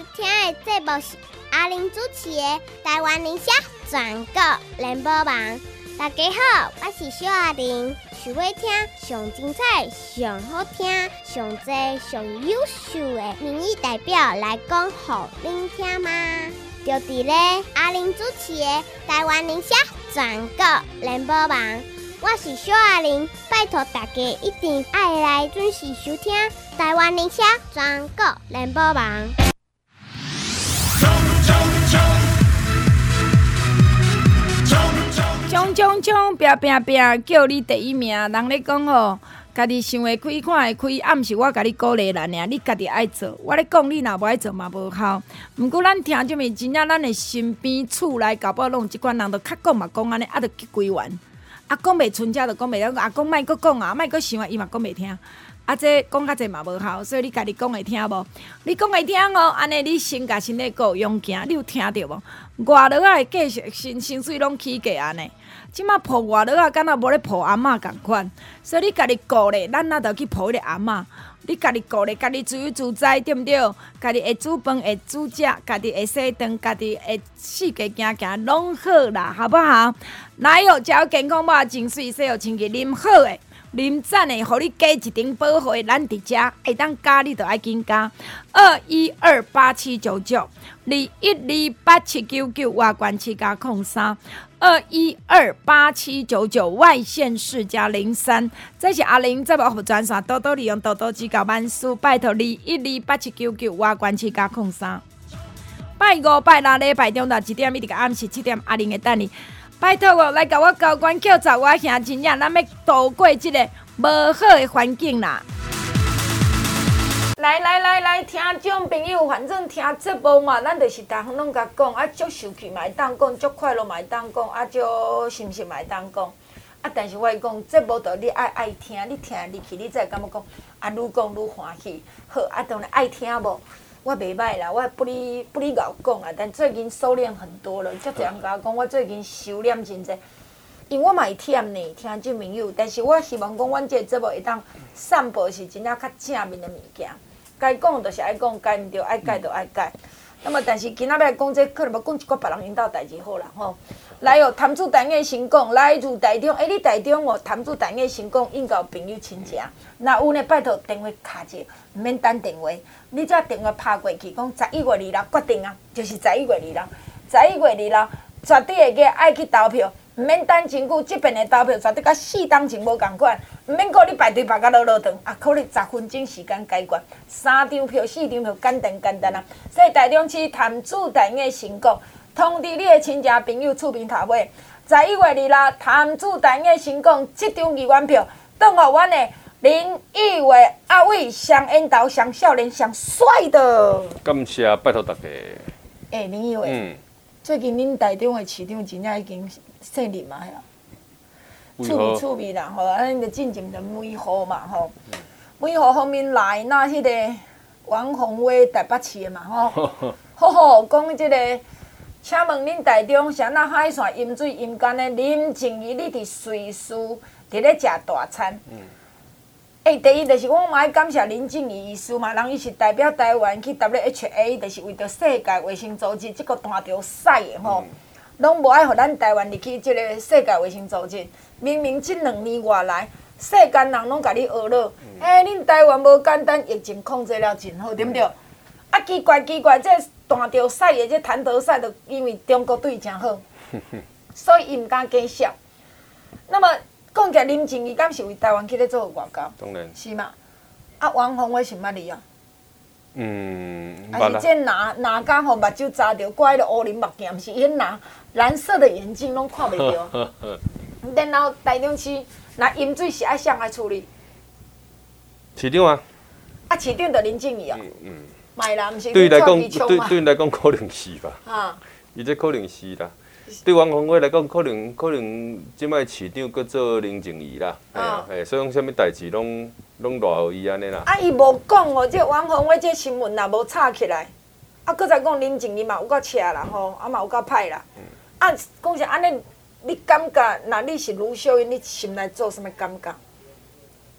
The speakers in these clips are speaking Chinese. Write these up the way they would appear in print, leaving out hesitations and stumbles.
听的节目是阿玲主持的《台湾人社全国联播网》。大家好，我是小阿玲。想要听上精彩、上好听、上多、上优秀的民意代表来讲给您听吗？就伫咧阿玲主持的《台湾人社全国联播网》。我是小阿玲，拜托大家一定要来准时收听台湾人社全国联播网。 冲，拼，叫你第一名。人咧讲吼，家己想会开，看会开，暗是我甲你鼓励咱尔，你家己爱做。我咧讲，你若无爱做嘛无效。毋过咱听这物，真正咱的身边厝内搞不好拢即款人，就较讲嘛讲安尼，啊，就去规完。啊，讲袂顺车就讲袂了，啊，讲莫阁讲啊，莫阁想啊，伊嘛讲袂听。啊，这讲较济嘛无效，所以你家己讲会听无？你讲会听哦，安尼你先甲身体够勇行，你有听着无？外落啊，继续薪水拢起价安尼。即马抱外落啊，敢若无咧抱阿嬷共款，所以你家己顾咧，咱哪着去抱迄个阿嬷？你家己顾咧，家己自由自在，对毋对？家己会煮饭，会煮食，家己会洗肠，家己会四界行，拢好啦，好不好？来哦，食健康饱，真水，洗好清气，啉好诶。啉赞的，互你加一顶保护的，咱伫遮会当加，你就爱紧加。212879921287799外关7加03，2128799外县市加03。这是阿玲节目服务专线，多多利用，多多指教，万事拜托2128799外关7加03。拜五、拜六礼拜中到1点，一直到暗时7点，阿玲会等你。拜托我来甲我交关叫查我兄真正，咱要度过即个无好的环境啦。来，听众朋友，反正听节目嘛，咱就是逐项拢甲讲，啊，足受气嘛会当讲，足快乐嘛会当讲，啊，足心情嘛会当讲。啊，但是我会讲，节目就你爱听，你听入去，你才会感觉讲，啊，愈讲愈欢喜。好，啊，当然爱听无。我袂歹啦，我不哩敖讲啊，但最近收敛很多了。足侪人甲我讲，我最近收敛真济，因为我嘛会忝呢，听众朋友。但是我希望讲，阮这个节目会当散播是真正较正面的物件。该讲就是爱讲，该毋对爱改就爱改。那么，但是今仔要讲这，可能要讲一寡别人引导代志好啦吼。来哦，潭子台语先讲，来自台中，你台中哦，潭子台语先讲，应该有朋友亲戚。若有呢，拜托电话卡者，毋免等电话，你只电话拍过去，讲11月2日决定啊，就是11月2日，11月2日绝对会记爱去投票，毋免等真久，即边的投票绝对甲4当前无共款，毋免讲你排队排甲落长，啊，可能10分钟时间解决，3张票、4张票，简单啊。所以台中市潭子台语先讲。通知你的亲戚朋友厝边头尾，11月2日潭子台语先讲7张议员票，转互阮的林义伟阿伟上缘投上少年上帅的。 感谢，拜托大家。 林义伟，最近恁台中的市长真正已经胜利嘛呀？趣味啦吼，咱就进前就美好嘛吼。美好方面来，那迄个王宏威台北市的嘛吼，好讲即个。请问恁台中是安那海线饮水饮干的林静怡，你伫随时伫咧食大餐。第一就是我嘛爱感谢林静怡医师嘛，人伊是代表台湾去 WHO， 就是为着世界卫生组织即个大条赛的吼，拢无爱互咱台湾入去即个世界卫生组织。明明即2年外来，世间人拢甲你学了，恁台湾无简单，疫情控制了真好，对毋对？啊，奇怪，这大条赛的这弹头赛，就因为中国队真好，所以伊毋敢减少。那么讲起来，林静怡敢是为台湾去咧做外交？ 当然。 是嘛？啊，王宏威是捌你啊？还是这哪敢吼目睭扎着，挂迄个乌林目镜，毋是伊拿蓝色的眼镜拢看袂着。然后台中市那饮水是爱谁来处理？ 市长啊。 啊，市长就林静怡啊。卖啦，毋是对伊来讲，对伊来讲可能是吧。啊，伊这可能是啦。对王宏威来讲，可能即摆市长搁做林静怡啦。所以讲啥物代志拢赖伊安尼啦。啊， 伊无讲哦，这王宏威这新闻若无炒起来，啊，搁再讲林静怡嘛有够赤啦吼，啊嘛有够歹啦。啊，讲是安尼，你感觉，若你是卢秀英，你心内做啥物感觉？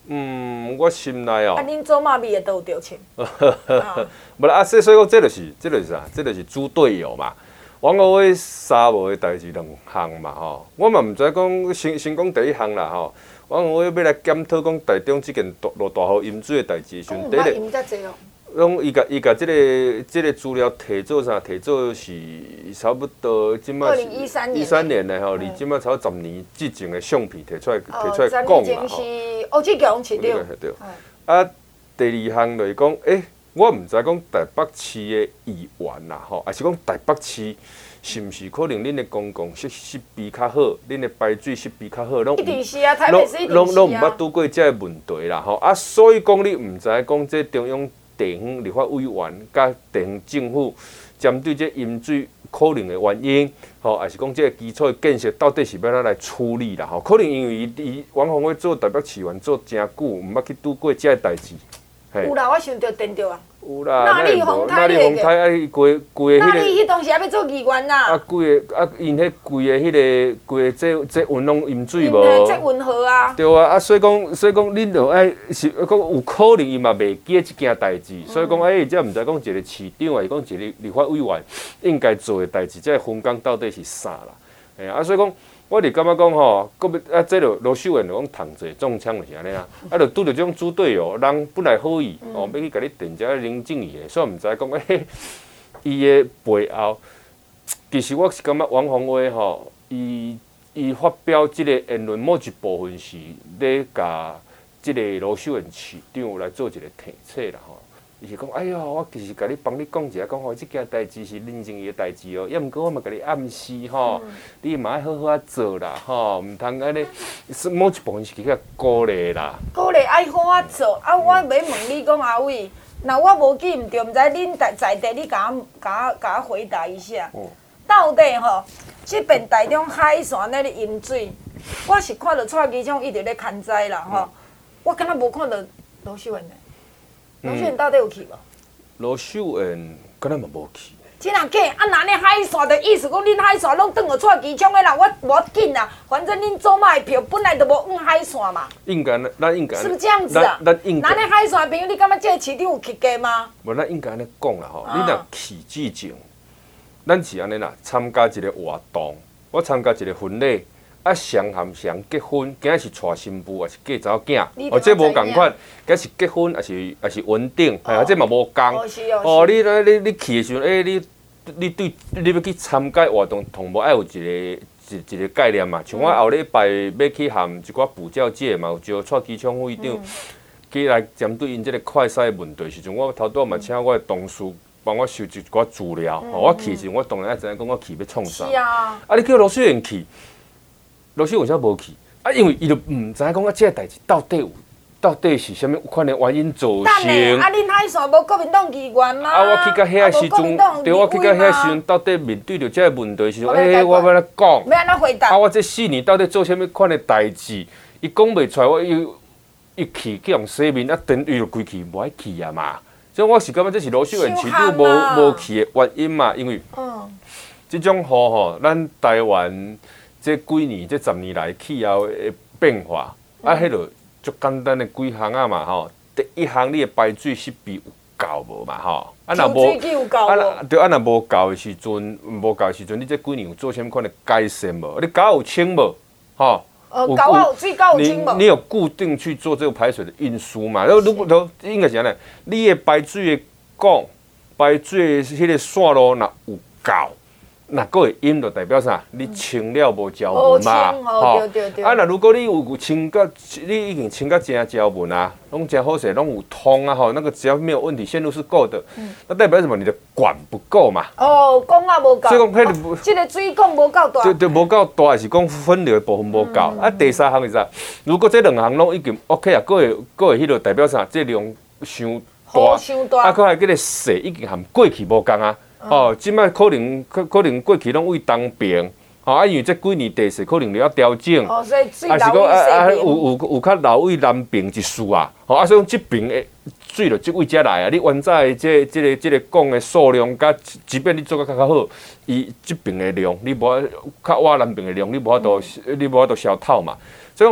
我心内哦。 啊，恁做妈咪的都有着穿。 无啦，所以讲，这就是啥？这就是猪队友嘛。王国伟三无的代志两项嘛吼，我嘛毋知讲先讲第一项啦吼。王国伟要来检讨讲台中即件落大雨淹水的代志，像第一个， 淹遮济哦。 拢伊甲即个资料提做啥？提做是差不多即摆2013年的吼，离即摆差不多10年之前的相片提出来讲啦吼。10年前是欧志强市长。 对。啊，第二项就是讲，我毋知讲台北市的议员啦吼，还是讲台北市是毋是可能恁的公共设备较好，恁的排水设备较好， 一定是啊，台北市一定是啊。 拢毋捌拄过遮个问题啦吼。啊，所以讲你毋知讲这中央地方立法委员甲地方政府针对这淹水可能的原因，吼，还是讲这个基础的建设到底是要哪来处理啦？吼，可能因为伊王宏伟做台北市员做真久，毋捌去拄过遮个代志。 有啦，我想着电着啊。 有啦， 那你洪泰啊， 规个那你迄当时还要做议员啦。 啊，因迄规个这运动淹水无？ 这运河啊。 对啊，所以讲恁就爱是讲有可能伊嘛袂记即件代志，所以讲这毋知讲一个市长还是讲一个立法委员应该做的代志，这分工到底是啥啦？所以讲。我就感觉讲吼，这就罗秀燕就讲躺者中枪就是安尼啊，就拄着这种猪队友，人本来好意，要去甲你电遮林正义的，所以毋知讲伊的背后，其实我是感觉王宏伟吼，伊发表即个言论某一部分是咧甲即个罗秀燕市长来做一个提测啦吼。伊是讲，哎哟，我其实甲你帮你讲一下，讲吼，即件代志是林正义的代志哦。也毋过我嘛甲你暗示吼，你嘛爱好好啊做啦，吼，毋通安尼，某一部分是去甲鼓励啦。 鼓励爱好啊做，啊，我要问你讲阿伟，那我无记毋对，毋知恁在地你甲我回答一下，到底吼，即边台中海线那咧淹水，我是看到蔡机长一直咧牵灾啦吼，我敢若无看到罗秀燕的。罗秀燕到底有去无？ 罗秀燕敢若嘛无去。 真啊假？啊，那恁海线的意思讲，恁海线拢转互蔡机场的人，我无紧啦，反正恁做嘛的票本来就无往海线嘛。 应该，咱应该。 是不是这样子啊？ 咱应该。 那恁海线的朋友，你感觉这个市长有去过吗？ 无，咱应该安尼讲啦吼，你若去之前，咱是安尼啦，参加一个活动，我参加一个婚礼。啊，上含上结婚，今仔是娶新妇，还是嫁查某囝？哦，这无共款，今是结婚，还是稳定，啊，这嘛无共。哦，你去的时阵，你要去参加活动，同无爱有一个概念嘛。像我后礼拜要去含一寡补教界嘛，有招蔡机场会长去来针对因这个快筛问题时阵，我头拄嘛请我的同事帮我收集一寡资料。我去时阵，我当然爱知影讲我去要创啥。 是啊。 啊，你叫罗秀燕去。罗秀为啥无去？啊，因为伊就毋知影讲这个代志到底是啥物款的原因造成。 啊，恁海线无国民党议员吗？ 啊，我去到遐时阵，对，我去到遐时阵，到底面对着这个问题时阵，我要安怎讲？ 要安怎回答？ 啊，我这4年到底做啥物款的代志？伊讲袂出来，我一去去用洗面，啊，等伊就规气无爱去啊嘛。所以我是感觉这是罗秀燕市长无去的原因嘛，因为这种雨吼，咱台湾。这几年、这10年来气候的变化，迄落足简单的几项啊嘛吼。第一项，你的排水设备有够无嘛吼？ 啊，若无， 对，啊，若无够的时阵，你这几年有做啥物款的改善无？你沟有清无？吼？ 沟有水，沟有清无？ 你有固定去做这个排水的运输嘛？如果应该是安尼，你的排水的管、排水的迄个线路若有够。那个会淹就代表啥？你清了无条文嘛？ 吼， 啊，那如果你有清到，你已经清到真条文啊，拢真好势，拢有通啊吼，那个只要没有问题，线路是够的，那代表什么？你的管不够嘛？ 哦，管啊无够。 所以讲， 这个水管无够大。 对，无够大，还是讲分流的部分无够。啊，第三项是啥？如果这2项拢已经 OK 啊，佫会迄落代表啥？这量伤大，啊，佫还迄个水已经含过去无共啊。哦，即摆可能过去拢为东边，哦，因为这几年地势可能要调整， 哦，所以水流有较流为南边一丝啊，哦，所以讲即边的水就即位遮来啊，你原早的这个管的数量，甲即便你做较好，伊即边的量，你无较我南边的量，你无法度消透嘛，所以讲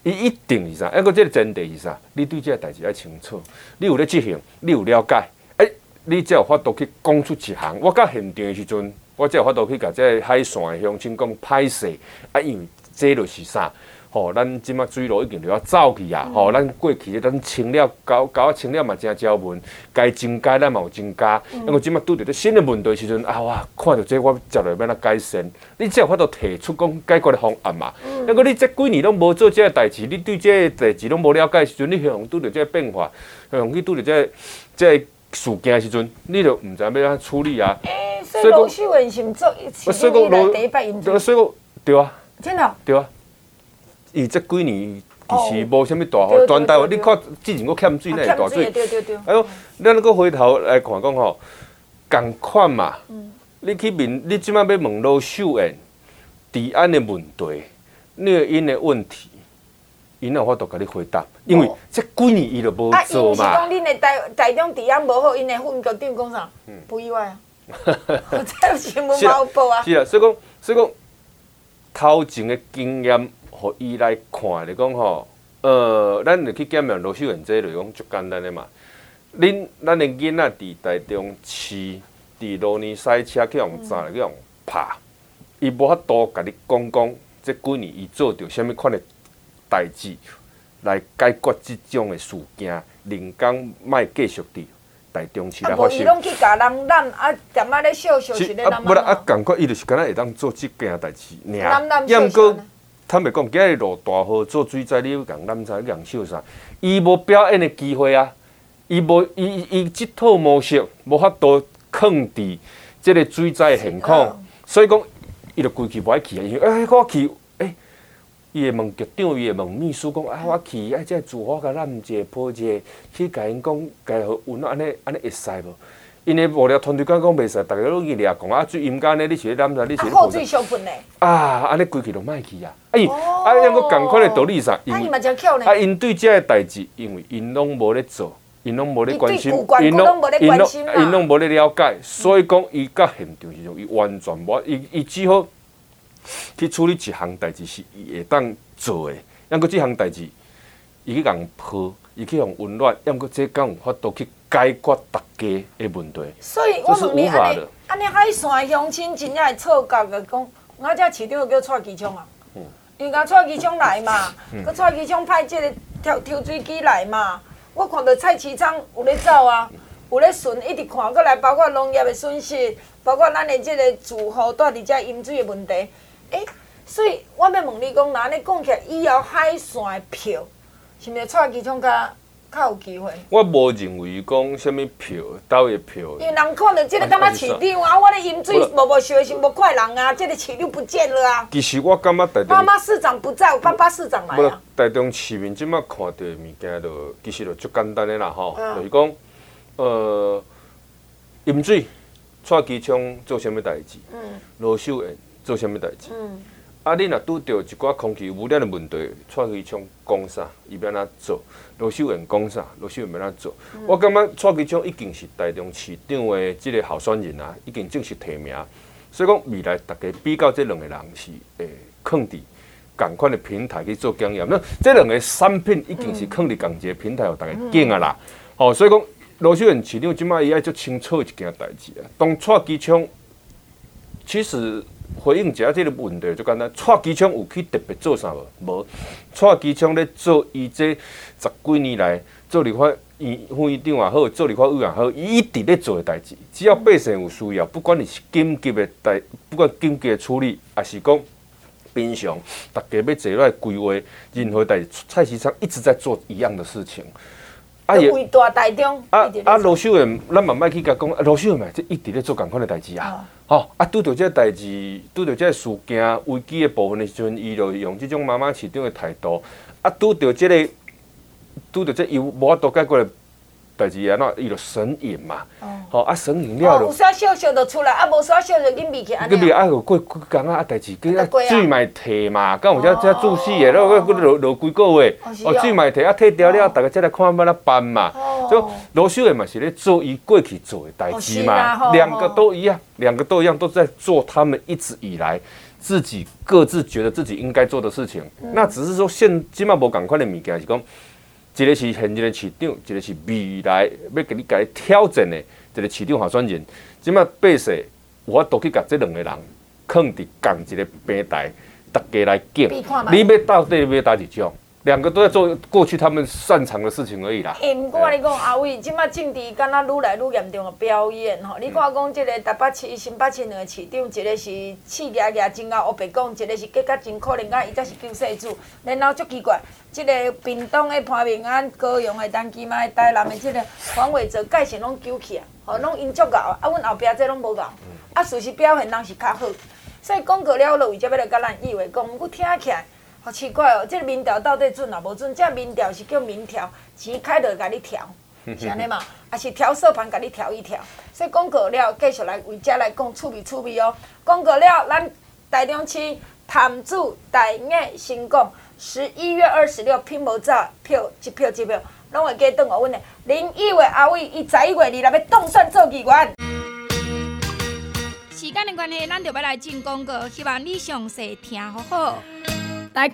伊一定是啥？抑个这个前提是啥？你对这个代志要清楚，你有咧执行，你有了解，你才有法度去讲出一项。我到现场的时阵，我才有法度去甲这海线的乡亲讲歹势，因为这就是啥？咱即马水路已经就要走去啊！咱过去咱清了，搞清了嘛，真招文，该增加咱嘛有增加。因为即马拄着新的问题时阵，哇，看到这我接落要哪改善？你才有法度提出讲解决的方案嘛。因为你这几年拢无做这个代志，你对这个代志拢无了解时阵，你向拄着这个变化，向去拄着这个事件的时阵，你就毋知要安处理啊。 所以罗秀文是毋做，是以来第一摆饮醉。 所以对啊。 真的。 对啊。伊这几年其实无啥物大雨，全台湾你看之前我欠水那大水，哎呦，咱搁回头来看讲吼，共款嘛。你去问，你即摆要问罗秀燕治安的问题、虐婴的问题，因有法度甲你回答，因为这几年伊就无做嘛。 啊，因是讲恁的台中治安无好，因的副局长讲啥？不意外啊。这新闻冇报啊。 是啊，所以讲头前的经验。互伊来看，就讲吼，咱就去检验罗秀燕这就讲足简单的嘛。咱的囡仔伫台中市，伫路尼赛车去用砸，去用拍，伊无法度甲你讲，这几年伊做着啥物款的代志来解决即种的事件，人工莫继续伫台中市来发生。 伊拢去甲人揽踮咧笑是咧揽不啦，感觉伊就是敢若会当做即件代志尔，要毋过。坦白讲，今日落大雨做水灾，你要共揽啥、共秀啥？伊无表演的机会啊！伊即套模式无法度抗伫即个水灾的现况，所以讲伊就规气无爱去啊！因为我去，伊会问局长，伊会问秘书讲我去，即自我甲揽一下、抱一下，去甲因讲，甲互温安尼会使无？因的幕僚团队讲袂使，逐个拢去掠讲最阴间呢，你是咧揽啥？你是咧泡水烧喷呢？ 安尼规气就莫去啊！因个共款的道理啥？ 伊嘛真巧呢。 因对这个代志，因为因拢无咧做，因拢无咧关心， 因拢无咧了解，所以讲伊到现场时阵，伊完全无，伊只好去处理一项代志是伊会当做的。因个这项代志，伊去共抱，伊去用温暖，因个这敢有法度去解决大家的问题。 所以我问你，安尼海线乡亲真正会错觉个讲，我这市长叫蔡其昌啊。伊甲蔡其昌来嘛，佮蔡其昌派即个抽水机来嘛。我看到蔡其昌有咧走啊，有咧巡，一直看过来，包括农业的损失，包括咱的即个住户住伫遮饮水的问题。所以我要问你讲，若安尼讲起来，以后海线的票，是毋是蔡其昌较有机会？ 我无认为讲啥物票，倒的票。 因为人看到即个敢若市长啊，我咧饮水无烧是无快人啊，即个市长不见了啊。 其实我感觉台中妈妈市长不在，有爸爸市长来啊。 台中市民即马看到的物件就其实就足简单的啦吼，就是讲饮水，蔡其昌做啥物代志？罗秀燕做啥物代志？你若拄着一寡空气污染的问题，蔡其昌讲啥，伊要安怎做；罗秀燕讲啥，罗秀燕要安怎做。我感觉蔡其昌已经是台中市长的即个候选人啊，已经正式提名。所以讲未来大家比较这两个人是会放伫同款的平台去做经验。那这两个产品已经是放伫同一个平台，互大家见啊啦。所以讲罗秀燕市长即摆伊爱足清楚一件代志啊。当蔡其昌其实。回应一下这个问题就简单，蔡其昌有去特别做啥无？无，蔡其昌咧做伊这10几年来做立法副院长也好，做立法委员也好，伊一直咧做的代志，只要百姓有需要，不管你是紧急的不管紧急的处理，还是讲平常大家要坐来规划任何代志，蔡其昌一直在做一样的事情。 为大台中。 罗秀燕，咱嘛莫去甲讲，罗秀燕嘛，一直咧做共款的代志啊。拄着这代志，拄着这事件危机的部分的时阵，伊就用这种妈妈市长的态度。拄着这伊无法度解决的代志安怎，伊就神隐嘛。神隐了有啥小小就出来，无啥小就隐秘起安尼。 隐秘有过工啊，代志水嘛摕嘛，敢有遮注死的，落几个月，水嘛摕摕掉了，大家才来看要怎办嘛。所以罗秀燕嘛是咧做伊过去做的代志嘛，两个都一样，都在做他们一直以来自己各自觉得自己应该做的事情。那只是说今嘛无同款的物件是讲，一个是现任的市长，一个是未来要给你挑战的一个市长候选人。今嘛百姓有法度去甲这两个人放伫同一个平台，大家来竞。你要到底要打几种？两个都在做过去他们擅长的事情而已啦。 不过我跟你讲，阿伟，即马政治敢若愈来愈严重的表演吼。你看讲，即个台北市、新北市两个市长，一个是刺牙真后黑白讲，一个是结果真可能，伊才是救世主。然后足奇怪，即个屏东的潘明安、高雄的陈其迈、台南的即个黄伟哲，改成拢救起啊，吼，拢因足牛，啊，阮后壁这拢无牛，啊，事实表现人是较好。所以讲过了，就为则要来甲咱以为讲，毋过听起来。好奇怪哦，这个民调到底准啊无准？这民调是叫民调，钱开就甲你调，是安尼嘛？也是调色盘甲你调一调。所以讲过了，继续来为遮来讲趣味哦。讲过了，咱台中市潭子大雅新港11月26拼无早票一票，拢会加转互阮的林义伟阿伟，伊11月26要当选做议员。 时间的关系，咱就要来进广告，希望你详细听好好。来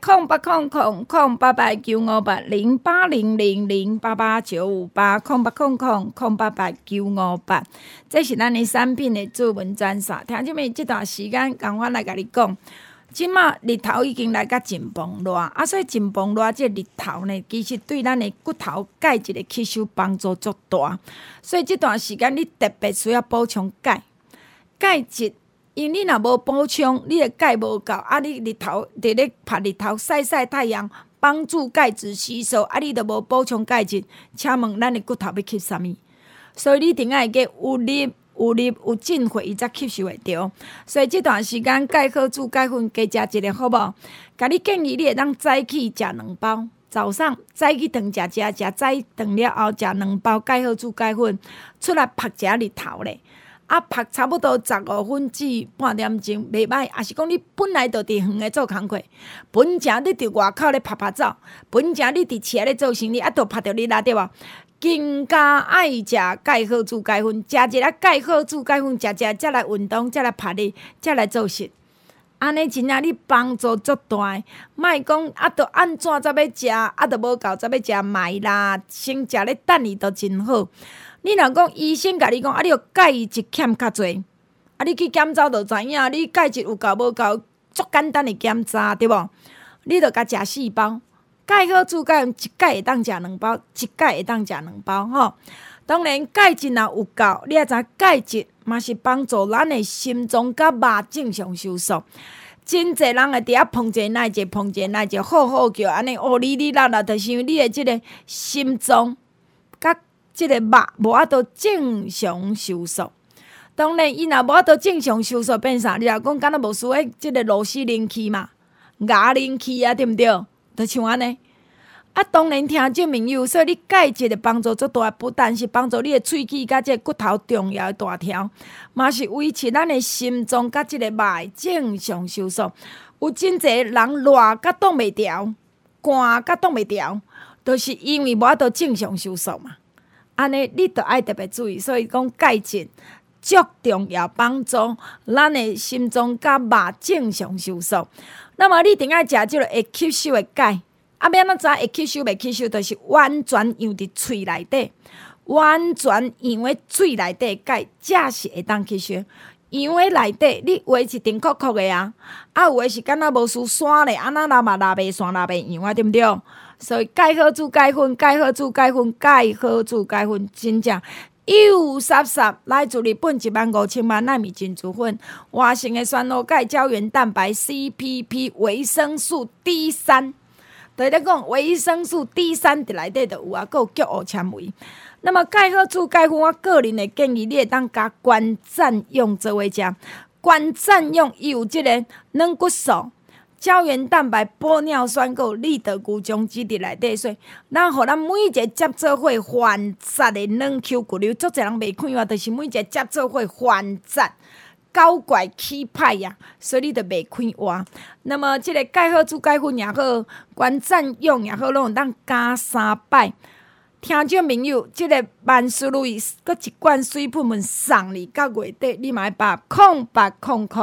0800088958，0800088958，这是咱的产品的主文专线。听姐妹，这段时间赶快来甲你讲，即马日头已经来甲真崩热，所以真崩热这日头呢，其实对咱的骨头钙质的吸收帮助足大，所以这段时间你特别需要补充钙质。因为你若无补充，你的钙无够，你日头伫咧晒日头晒太阳，帮助钙质吸收，你都无补充钙质，请问咱的骨头要吸啥物？所以你一定要加有粒有进货，伊才吸收会着。所以这段时间钙好煮钙粉加食一个好无？甲你建议你会当早起食2包，早上早起顿食早顿了后食2包钙好煮钙粉，出来晒一下日头咧。晒差不多15分至半点钟，袂歹。也是讲你本来就伫园诶做工课，本正你伫外口咧拍走，本正你伫厝咧做生意，都拍着你啦，对无？更加爱食钙好煮钙粉，食一粒钙好煮钙粉，食才来运动，才来拍你，才来做事。安尼真正你帮助足大诶，莫讲都安怎才要食，都无够才要食麦啦，先食咧等伊都真好。你若讲医生甲你讲，你有钙质欠较侪，你去检查就知影，你钙质有够无够，足简单的检查，对无？你着甲食4包，钙好煮钙，一钙会当食2包，一钙会当食2包吼。当然，钙质若有够，你也知钙质嘛是帮助咱的心脏甲肉正常收缩。真侪人会伫遐碰者耐者，好叫安尼哩啦，就是因为你的即个心脏甲即个肉无法度正常收缩。当然，伊若无法度正常收缩变啥？你若讲敢若无输迄即个螺丝灵气嘛，牙灵气啊，对毋对？就像安尼。当然听众朋友，所以你钙质的帮助足大，不但是帮助你的喙齿甲即个骨头重要的大条，嘛是维持咱的心脏甲即个肉的正常收缩。有真侪人热甲挡袂牢，寒甲挡袂牢，就是因为无法度正常收缩嘛。安尼你着爱特别注意，所以讲钙质足重要，帮助咱的心脏甲肉正常收缩。那么你一定要食即个会吸收的钙，要怎知会吸收袂吸收？就是完全养伫喙内底，完全养在喙内底钙，才是会当吸收。养在内底，你有诶是甜酷酷的啊，有诶是敢若无输山咧，安那拉嘛拉袂散，拉袂养啊，对毋对？所以钙好煮钙粉，钙好煮钙粉，钙好煮钙粉，真正又杀杀，来自日本15000万纳米金珠粉，活性的酸露钙胶原蛋白 CPP 维生素 D3， 就咧讲维生素 D3 伫内底就有啊，还有菊乌纤维。那么钙好煮钙粉，我个人的建议，你会当加关赞用做伙食。关赞用伊有即个软骨素、胶原蛋白、玻尿酸，还有利得菇种子伫内底，所以咱互咱每一个接做伙反杀的软 Q 骨溜，足侪人袂看话，就是每一个接做伙反杀。搞怪起歹呀，所以你就袂开话。那么，即个钙好煮钙粉也好，关赞用也好，拢有当加3摆。听众朋友，即个万事如意，搁一罐水喷喷送你到月底，你嘛要把0800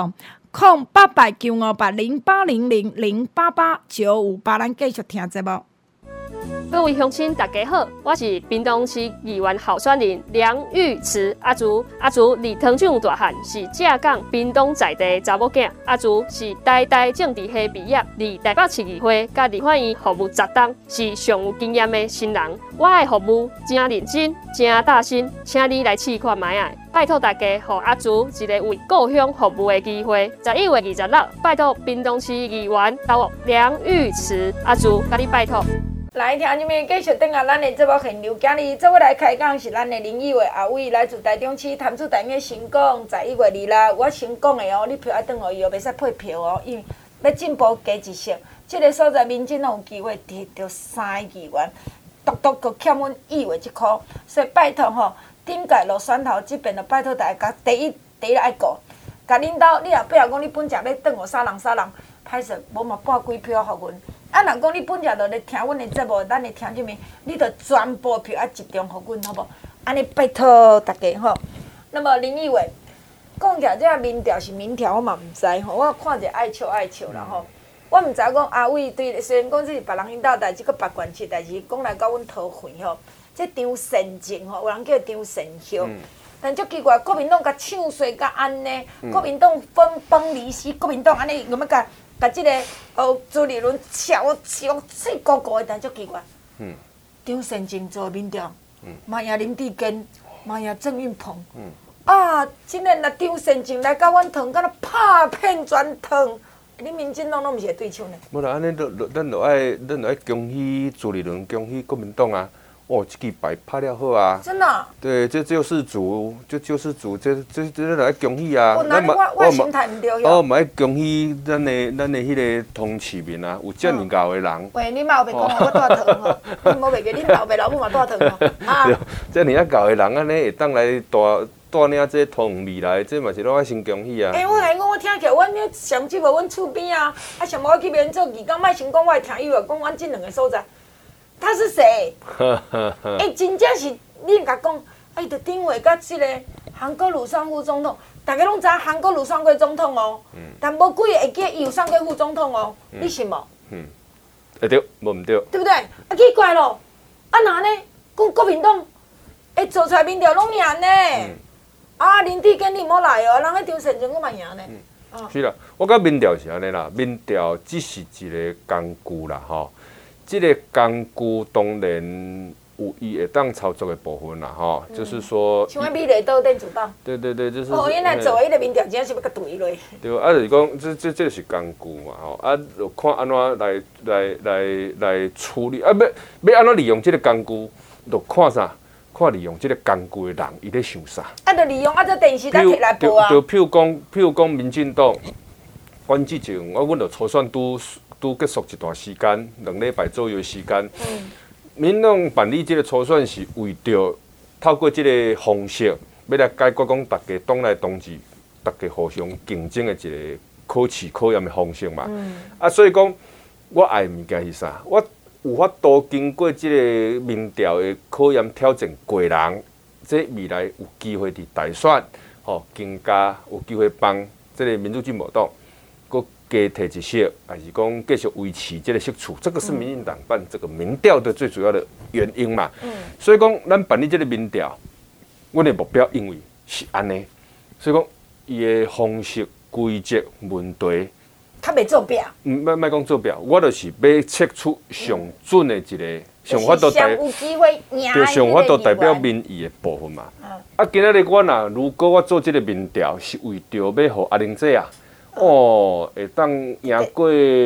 0889580800088958，咱继续听节目。 各位乡亲，大家好，我是屏东市议员候选人梁玉慈阿竹。阿竹离汤厂大汉，是正港屏东在地查某囝。阿竹是代代政治系毕业，离台北市议会甲立法院服务10冬，是上有经验的新人。我的服务真认真，真大心，请你来试看卖啊！拜托大家，给阿竹一个为故乡服务的机会。11月26，拜托屏东市议员到梁玉慈阿竹，甲你拜托。 来，听众们继续等下咱的节目现流。今日做伙来开讲是咱的林议员阿伟，来自台中市潭子台的成功，11月26，我先讲的哦，你票要转互伊哦，袂使配票哦，因为要进步加一色。这个所在民进党有机会摕到3个议员，独佫欠阮议员1块，所以拜托吼，顶届落选头，这边就拜托大家第一爱顾，甲领导，你若不要讲你本职咧转互啥人，歹势，无嘛半几票互阮。啊，若讲你本职就咧听阮的节目，咱的听众们，你着全部票集中互阮，好无？安尼拜托大家吼。那么林议员讲起这民调是民调，我嘛毋知吼，我看者爱笑啦吼。我毋知讲阿伟对，虽然讲这是别人领导代志，佮别关切代志，讲来甲阮讨厌吼。这张善政吼，有人叫张善孝，但足奇怪，国民党甲唱衰甲安尼，国民党分崩离析，国民党安尼，有要甲即个朱立伦笑水鼓鼓的，但足奇怪。张善政做民调，嘛赢林志坚，嘛赢郑运鹏。啊，真诶，若张善政来甲阮糖，敢若拍片全糖。你民进党拢毋是会对唱呢？ 无啦，安尼咱就爱恭喜朱立伦，恭喜国民党啊！哦，这支牌拍了好啊！ 真的、啊？ 对，这救世主，这来恭喜啊！ 我心态唔对哟。 哦，嘛爱恭喜咱的迄个同市民啊，有遮尔高的人。 喂，你嘛有袂讲我带糖吼？你无袂记恁老爸老母嘛带糖吼？啊！ 遮尔高的人安尼会当来带领这桃园未来，这嘛是拢爱先恭喜啊！ 我甲你讲，我听起来，阮迄上即无阮厝边啊，上无我去免做义工，莫先讲我会听伊话，讲阮即两个所在。他是谁？真正是你甲讲，伊着顶位甲即个韩国瑜选副总统，大家拢知韩国瑜选过总统哦，但无几个会记伊有选过副总统哦，你信无？ 会对，无毋对。 对不对？啊，奇怪咯，啊那呢？讲国民党会做出来民调拢赢呢？啊，林志坚你莫来哦，人迄张善政我嘛赢呢。 是啦，我感觉民调是安尼啦，民调只是一个工具啦，吼。这个工具当然有伊会当操作的部分啦，吼，就是说。 像迄美丽岛电子档。 对，就是。 原来做迄个民调，真是要甲对落。 对，啊，就是讲，这就是工具嘛，吼，啊，就看安怎来处理，啊，要安怎利用这个工具，就看啥。看利用这个工具的人，伊咧想啥？ 啊，就利用啊，这电视台摕来播啊。 就譬如讲，民进党，阮之前阮就初选拄结束一段时间，2礼拜左右的时间。民党办理这个初选是为着透过这个方式，要来解决讲大家党内同志，大家互相竞争的一个考试考验的方式嘛。所以讲，我爱物件是啥？我有法度经过即个民调的考验挑战过人，这未来有机会伫大选，更加有机会帮这个民主进步党，佮加提一些，还是讲继续维持这个席次，这个是民进党办这个民调的最主要的原因嘛。所以讲，咱办理这个民调，阮的目标因为是安尼，所以讲伊的方式、规则、问题。 较袂做表。 莫讲做表，我就是要测出上准的一个，上法度代，就上法度代表民意的部分嘛。今仔日我如果我做这个民调，是为着要互阿玲姐啊，会当赢过，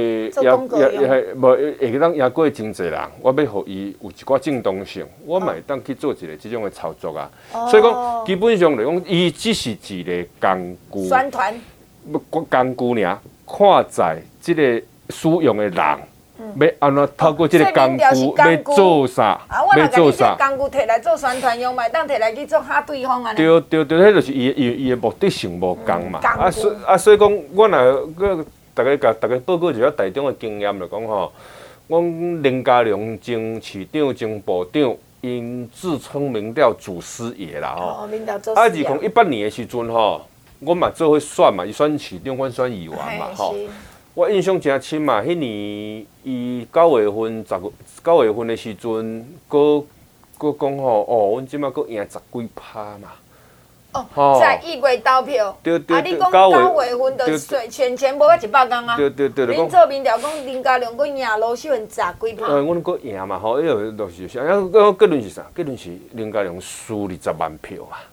会当赢过真侪人，我要互伊有一寡正当性，我嘛会当去做一个这种的操作啊。所以讲，基本上来讲，伊只是一个工具， 宣传， 工具尔。看在即个使用的人，要安怎透过即个工具要做啥？要做啥？ 工具摕来做宣传用，嘛当摕来去做吓对方安尼。 对，迄就是伊的目的性无共嘛。所以讲，我若大家报告一下台中的经验来讲吼，阮林佳龙前市长、前部长，因自称民调祖师爷啦吼。 民调祖师爷。 2018年的时阵吼。 我嘛做伙选嘛，伊选市长，阮选议员嘛，吼。我印象真深嘛，迄年伊9月份的时阵，佫讲吼，阮即摆佫赢10几趴嘛。 哦，在1月投票。 对。 啊，你讲9月份就前无到100天啊。对。恁做民调讲林佳龙佫赢罗秀燕10几趴。 阮佫赢嘛，吼，迄个就是啥？结论是啥？结论是林佳龙输20万票啊。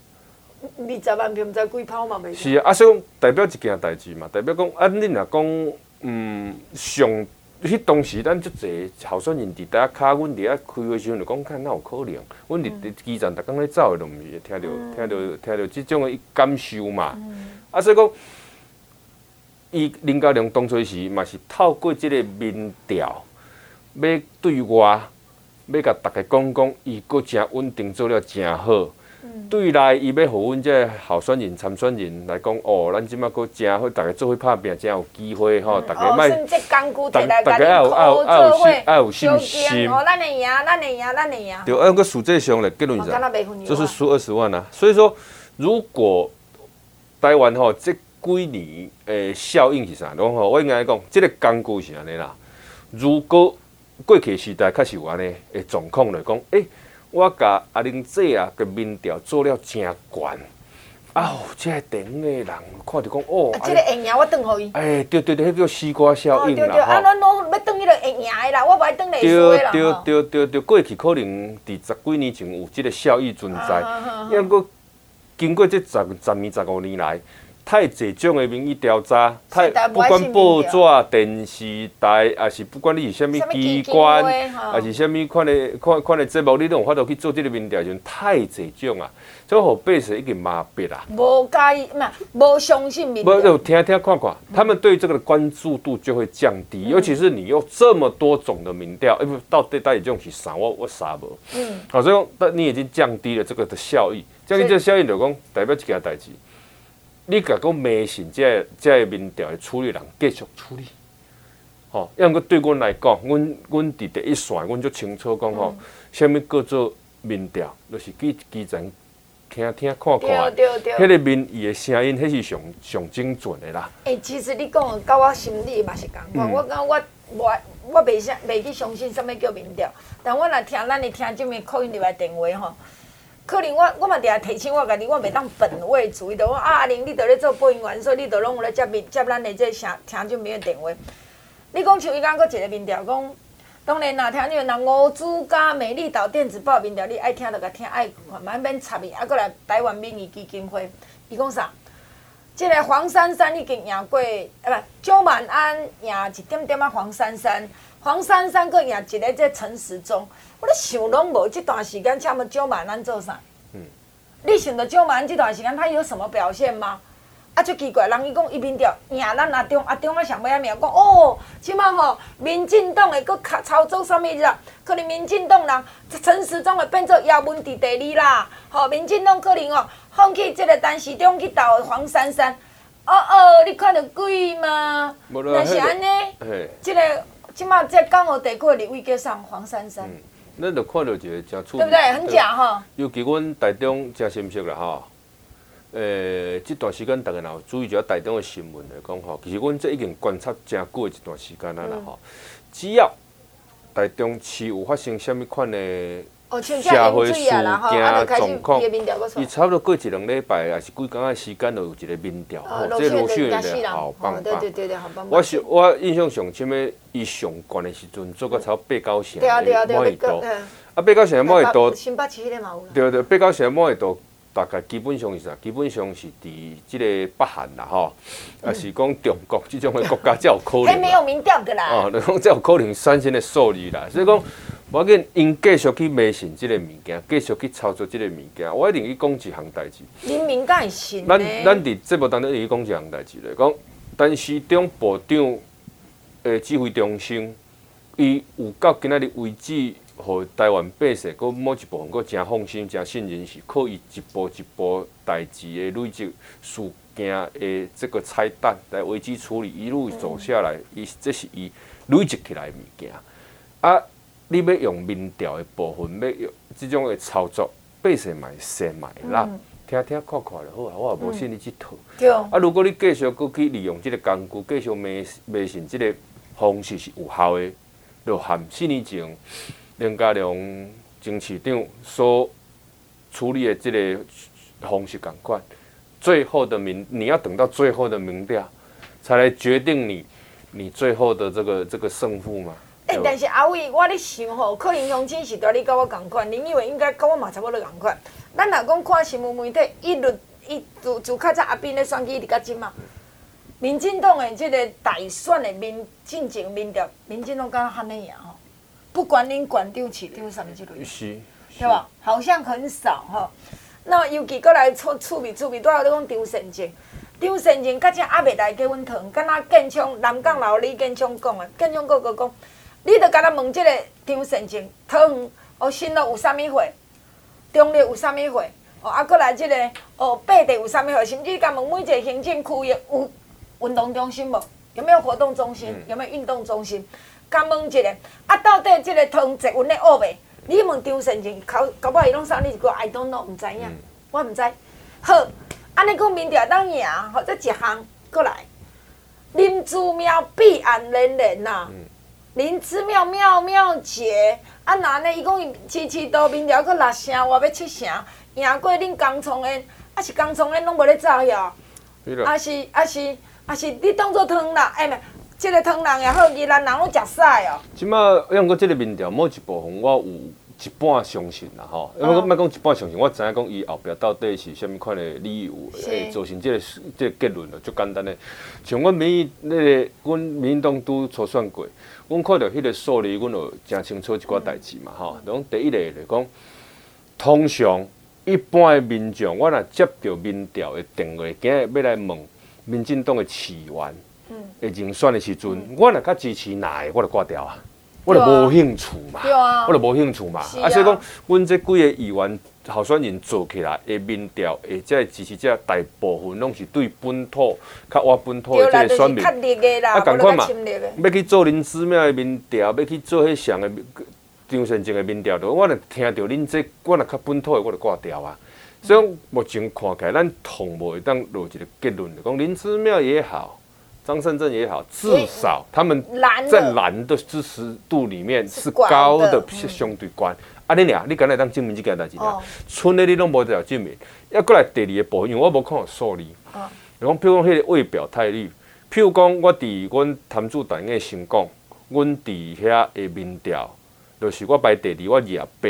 20万票，毋知几趴嘛袂。 是啊，所以讲代表一件代志嘛，代表讲啊，恁若讲上。迄当时咱足侪候选人伫底下骹，阮伫遐开会时阵就讲，看哪有可能？阮伫基站逐工咧走的，都毋是听到即种的感受嘛。啊，所以讲，伊林佳龙当初时嘛是透过即个民调，要对外要甲大家讲，伊佫真稳定，做了真好。对内，伊要互阮这候选人、参选人来讲，咱即摆佫真好，大家做伙拍拼，真有机会吼。大家莫，大家有信心。 咱会赢。 对，佫实际上咧，结论是，就是输20万啊。所以说，如果台湾吼这几年诶效应是啥？讲吼，我应该讲，这个工具是安尼啦。如果过去时代确实有安尼诶状况来讲，我甲阿玲姐啊，个民调做了真悬。即个地方的人看着讲， 这个会赢，我转互伊。 对，迄叫西瓜效应啦。 咱拢要转迄个会赢的啦，我无爱转类输的啦。 对，过去可能伫10几年前有即个效益存在，因过经过这10年、15年来。太侪种的民意调查，不管报纸、电视台，还是不管你是啥物机关，还是啥物款的节目，你都有法度去做这个民调，就太侪种啊！所以，互百姓已经麻痹啦。 无介意，无相信民调。 无就听看，他们对这个的关注度就会降低。尤其是你用这么多种的民调，到底这种是啥？我啥无？好，所以你已经降低了这个的效益。降低这个效益就讲代表一件代志。你甲讲迷信这个民调的处理人继续处理，因为对阮来讲，阮伫第一线，阮就清楚讲吼，啥物叫做民调，就是基层听看，迄个民意的声音，迄是上精准的啦。 其实你讲的，甲我心里嘛是共款。我讲我袂去相信啥物叫民调，但我若听咱的听众的扣音入来电话吼。可能我嘛定提醒我家己，我袂当本位主义的。我阿玲，你伫咧做播音员，所以你著拢有咧接咱的这听众朋友电话。你讲像伊讲，佫一个民调讲，当然啦，听众人吴朱家美丽岛电子报民调，你爱听著甲听，爱看嘛免插伊。佫来台湾民意基金会，伊讲啥？即个黄珊珊已经赢过，周满安赢1点点黄珊珊佫赢一个这陈时中。我咧想拢无，这段时间请问周满安做啥？你想到周满安这段时间他有什么表现吗？足奇怪，人伊讲伊民调赢咱阿中啊上尾仔名讲即摆吼民进党会佫操作啥物啦？可能民进党人陈时中会变做姚文智第2啦，民进党可能放弃这个陈时中去投黄珊珊。你看到鬼吗？但是安尼，即摆这港澳地区的立委叫啥？黄珊珊。 咱就看到一个真趣味， 对不对？很假哈。 尤其阮台中真深刻啦吼。这段时间大家若有注意一下台中的新闻来讲吼，其实阮这已经观察真久的一段时间啦吼。只要台中市有发生啥物款的社会事件状况，伊差不多过1-2礼拜，还是几工仔时间，就有一个民调，这罗秀燕的好棒棒。我印象上深的，伊上悬的时阵，做到差不多8-9成的满意度。8-9成的满意度， 新北市迄个嘛有啦。 对，8-9成的满意度，大概基本上是啥？基本上是伫即个北韩啦吼，也是讲中国这种的国家才有可能。 还没有民调的啦。 就讲才有可能产生的数字啦，所以讲。无要紧，因继续去迷信即个物件，继续去操作即个物件。我一定去讲一项代志。 人民敢会信咱伫节目当中去讲一项代志咧，讲陈时中部长指挥中心，伊有到今仔日为止，互台湾百姓佮某一部分佮真放心、真信任，是靠伊一步一步代志的累积事件的这个彩蛋来危机处理，一路走下来，这是伊累积起来的物件你要用民调的部分，要用这种的操作，百姓嘛会信嘛会啦， 听看看就好啊，我也无信你这套。 对。 啊，如果你继续搁去利用这个工具，继续迷信这个方式是有效的，就和4年前林佳龙前市长所处理的这个方式同款。最后的你要等到最后的民调，才来决定你最后的这个胜负嘛。 但是阿伟，我咧想吼，可能乡亲时代你甲我同款，林义伟应该甲我嘛差不多同款。咱若讲看新闻媒体，伊自较早阿扁咧选举一直到即嘛，民进党的即个大选的进前民调，民进党敢若遐尼赢吼？不管恁县长、市长啥物之类， 是， 对吧？好像很少吼。那尤其过来趣味，拄好咧讲张善政。张善政到这还袂来给阮谈，敢若建昌南港老李建昌讲的，建昌哥讲。你著甲咱问即个张善政，桃园新乐有啥物会，中立有啥物会，过来即个八地有啥物会，甚至甲问每一个行政区域有运动中心无？有没有活动中心？有没有运动中心？甲问一个，到底即个桃园捷运咧学袂？你问张善政，搞不好伊拢啥？你一个 I don't know， 毋知影，我毋知。好，安尼讲民调当赢，或者一项过来，林姿妙必安连连呐。林姿妙妙妙姐，若呢？伊讲伊支度民调搁6成，我要7成，赢过恁江聪恩，是江聪恩拢无咧走遐，是你当作汤人，即个汤人也好，宜兰人拢食屎哦。 即摆用过即个民调某一部分，我有一半相信啦吼。因为我莫讲一半相信，我知影讲伊后壁到底是啥物款的理由会造成即个结论咯，足简单的。像阮阮民进党拄初选过，阮看到迄个数字，阮就真清楚一寡代志嘛吼。讲第一个就讲，通常一般的民众，我若接到民调的电话，今日要来问民进党的市员会竞选的时阵，我若较支持哪个，我就挂掉啊。我就无兴趣嘛，我就无兴趣嘛。所以讲，阮这几个议员候选人做起来的民调，这支持者大部分拢是对本土、较我本土的这个选民，共款嘛。要去做林姿妙的民调，要去做迄上的张善政的民调，我若听到恁这，我若较本土的，我就挂掉啊。所以目前看起来，咱同无会当落一个结论，讲林姿妙也好。张善政也好，至少他们在蓝的支持度里面是高的，是相对高。你俩，你敢来当证明这件代志俩？剩的你拢无得了证明。要过来第二个部分，因为我无看到数字。比如讲迄个未表态率，譬如讲我伫阮潭子台个先讲，阮伫遐的民调，就是我排第二，我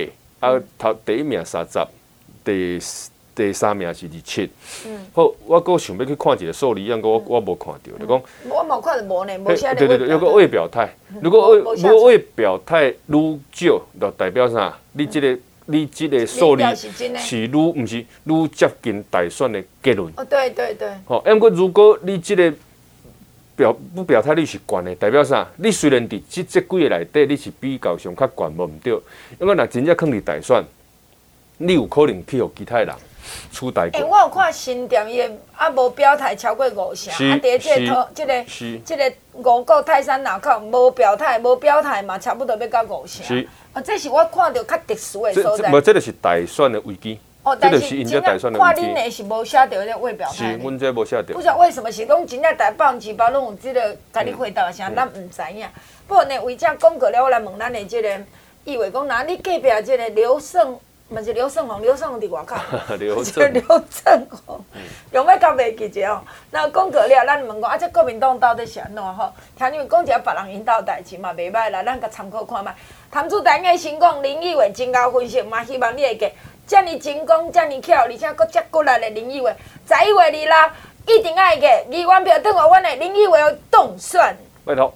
28，第一名30，第3名是27。好，我搁想要去看一个数字，因我无看到，就讲我冇看到无呢，无写对，有个未表态。如果未表态愈少，就代表啥？你这个数字是毋是愈接近大选的结论？ 对。 好，不过如果你这个不表态率是悬的，代表啥？你虽然伫这几个内底你是比较上较悬，无毋对。因为若真正囥伫大选，你有可能去互其他人。 我有看新店伊个无表态超过5成，即个5股泰山路口无表态嘛，差不多要到5成。这是我看到较特殊的所在。 这就是大选的危机。 但是真正看恁的是无写到迄个未表态。 是，阮这无写到。 不知道为什么是拢真正100%拢有即个甲你回答的啥，咱毋知影。不过呢，为这讲过了，我来问咱的即个议员讲，那你隔壁即个刘胜。毋是刘胜宏伫外口。刘胜宏，用要较袂记者哦。那讲过了，咱问讲，这国民党到底是安怎吼？听你们讲一下别人引导代志嘛，袂歹啦，咱甲参考看觅。潭子台个先讲林议员真高分析，嘛希望你会记。遮尔精工，遮尔巧，而且佫遮骨力的林议员，11月26一定爱记。议员票等候阮的林议员动算。 拜托。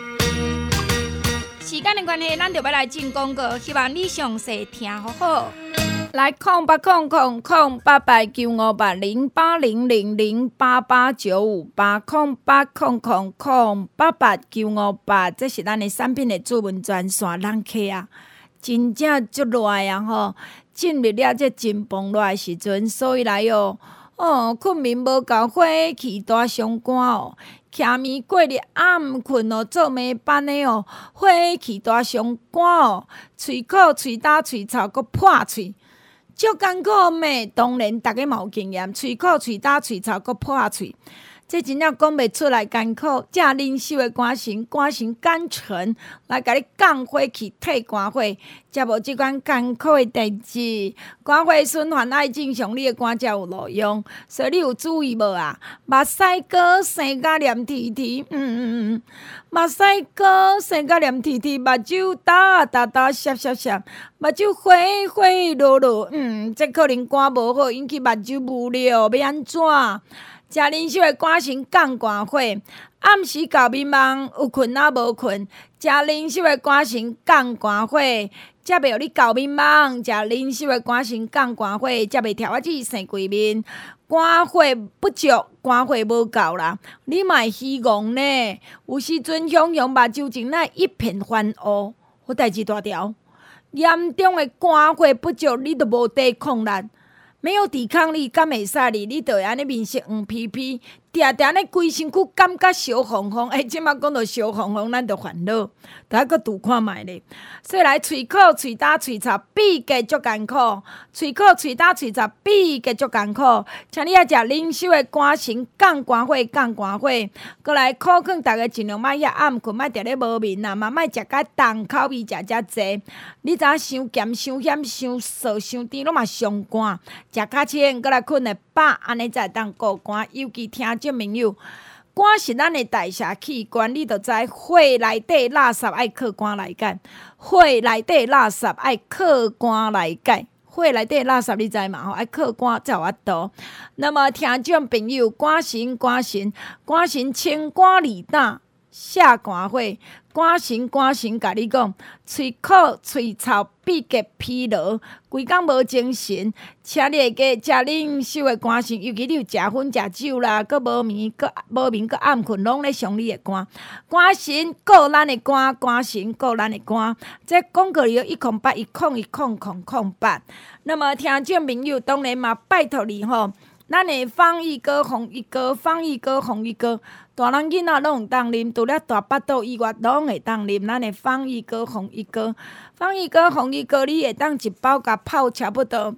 时间的关系，咱就要来进广告，希望你详细听好好。来0800088958088958，这是咱的产品的主文专线，人客啊，真正足热啊吼！进入了这真崩热的时阵，所以来困眠无够，火气大伤肝哦。徛眠过日暗困哦，做暝班的哦，火气大伤肝哦，喙苦、喙焦、喙臭，佮破喙。 足艰苦咩？当然，大家嘛有经验，喙苦、喙焦、喙臭，搁破嘴。这真正讲袂出来艰苦，正忍受的肝神肝沉来甲你降火气、退肝火，才无即款艰苦的代志。肝火循环爱正常，你的肝才有路用。所以你有注意无啊？目屎哥生甲黏啼啼，目屎哥生甲黏啼啼，目睭打涩，目睭花落落，这可能肝无好，引起目睭无聊，要安怎？食啉烧的肝神降肝火，暗时搞迷茫，有困啊无困。食啉烧的肝神降肝火，才袂互你搞迷茫。食啉烧的肝神降肝火，才袂跳啊子生规面。肝火不足，肝火无够啦，你嘛会虚戆呢。有时阵雄目睭前乃一片翻乌，好代志大条。严重的肝火不足，你都无抵抗力。没有抵抗力，敢会使你就会安尼面色黄皮皮，定定咧规身躯感觉烧红红。即马讲到烧红红，咱就烦恼，就还阁拄看卖咧。所以来喙苦、喙焦、喙臭，比价足艰苦；喙苦、喙焦、喙臭，比价足艰苦。请你啊食冷烧的肝神降肝火，过来苦劝大家尽量莫遐暗困，莫定咧无眠啊，嘛莫食甲重口味食遮济。你知影伤咸、伤咸、伤涩、伤甜，拢嘛伤肝。食较清，过来困会饱，安尼才会当顾肝。尤其听众朋友，肝是咱的代谢器官，你着知血内底垃圾爱靠肝来解，血内底垃圾爱靠肝来解。血内底垃圾你知嘛？爱靠肝才有法度。那么听众朋友，肝神清肝利胆，下肝火。肝神，甲你讲，喙苦、喙臭，比较疲劳，规工无精神，请你会加食冷烧的肝神，尤其你有食薰、食酒啦，佮无眠、佮暗困，拢咧伤你的肝。肝神顾咱的肝，肝神顾咱的肝。这广告里有108101008。那么听众朋友，当然嘛，拜托你吼。咱的方一哥、红一哥，大人囡仔拢有当啉，除了大巴肚以外，拢会当啉。咱的方一哥、红一哥，你会当一包甲泡差不多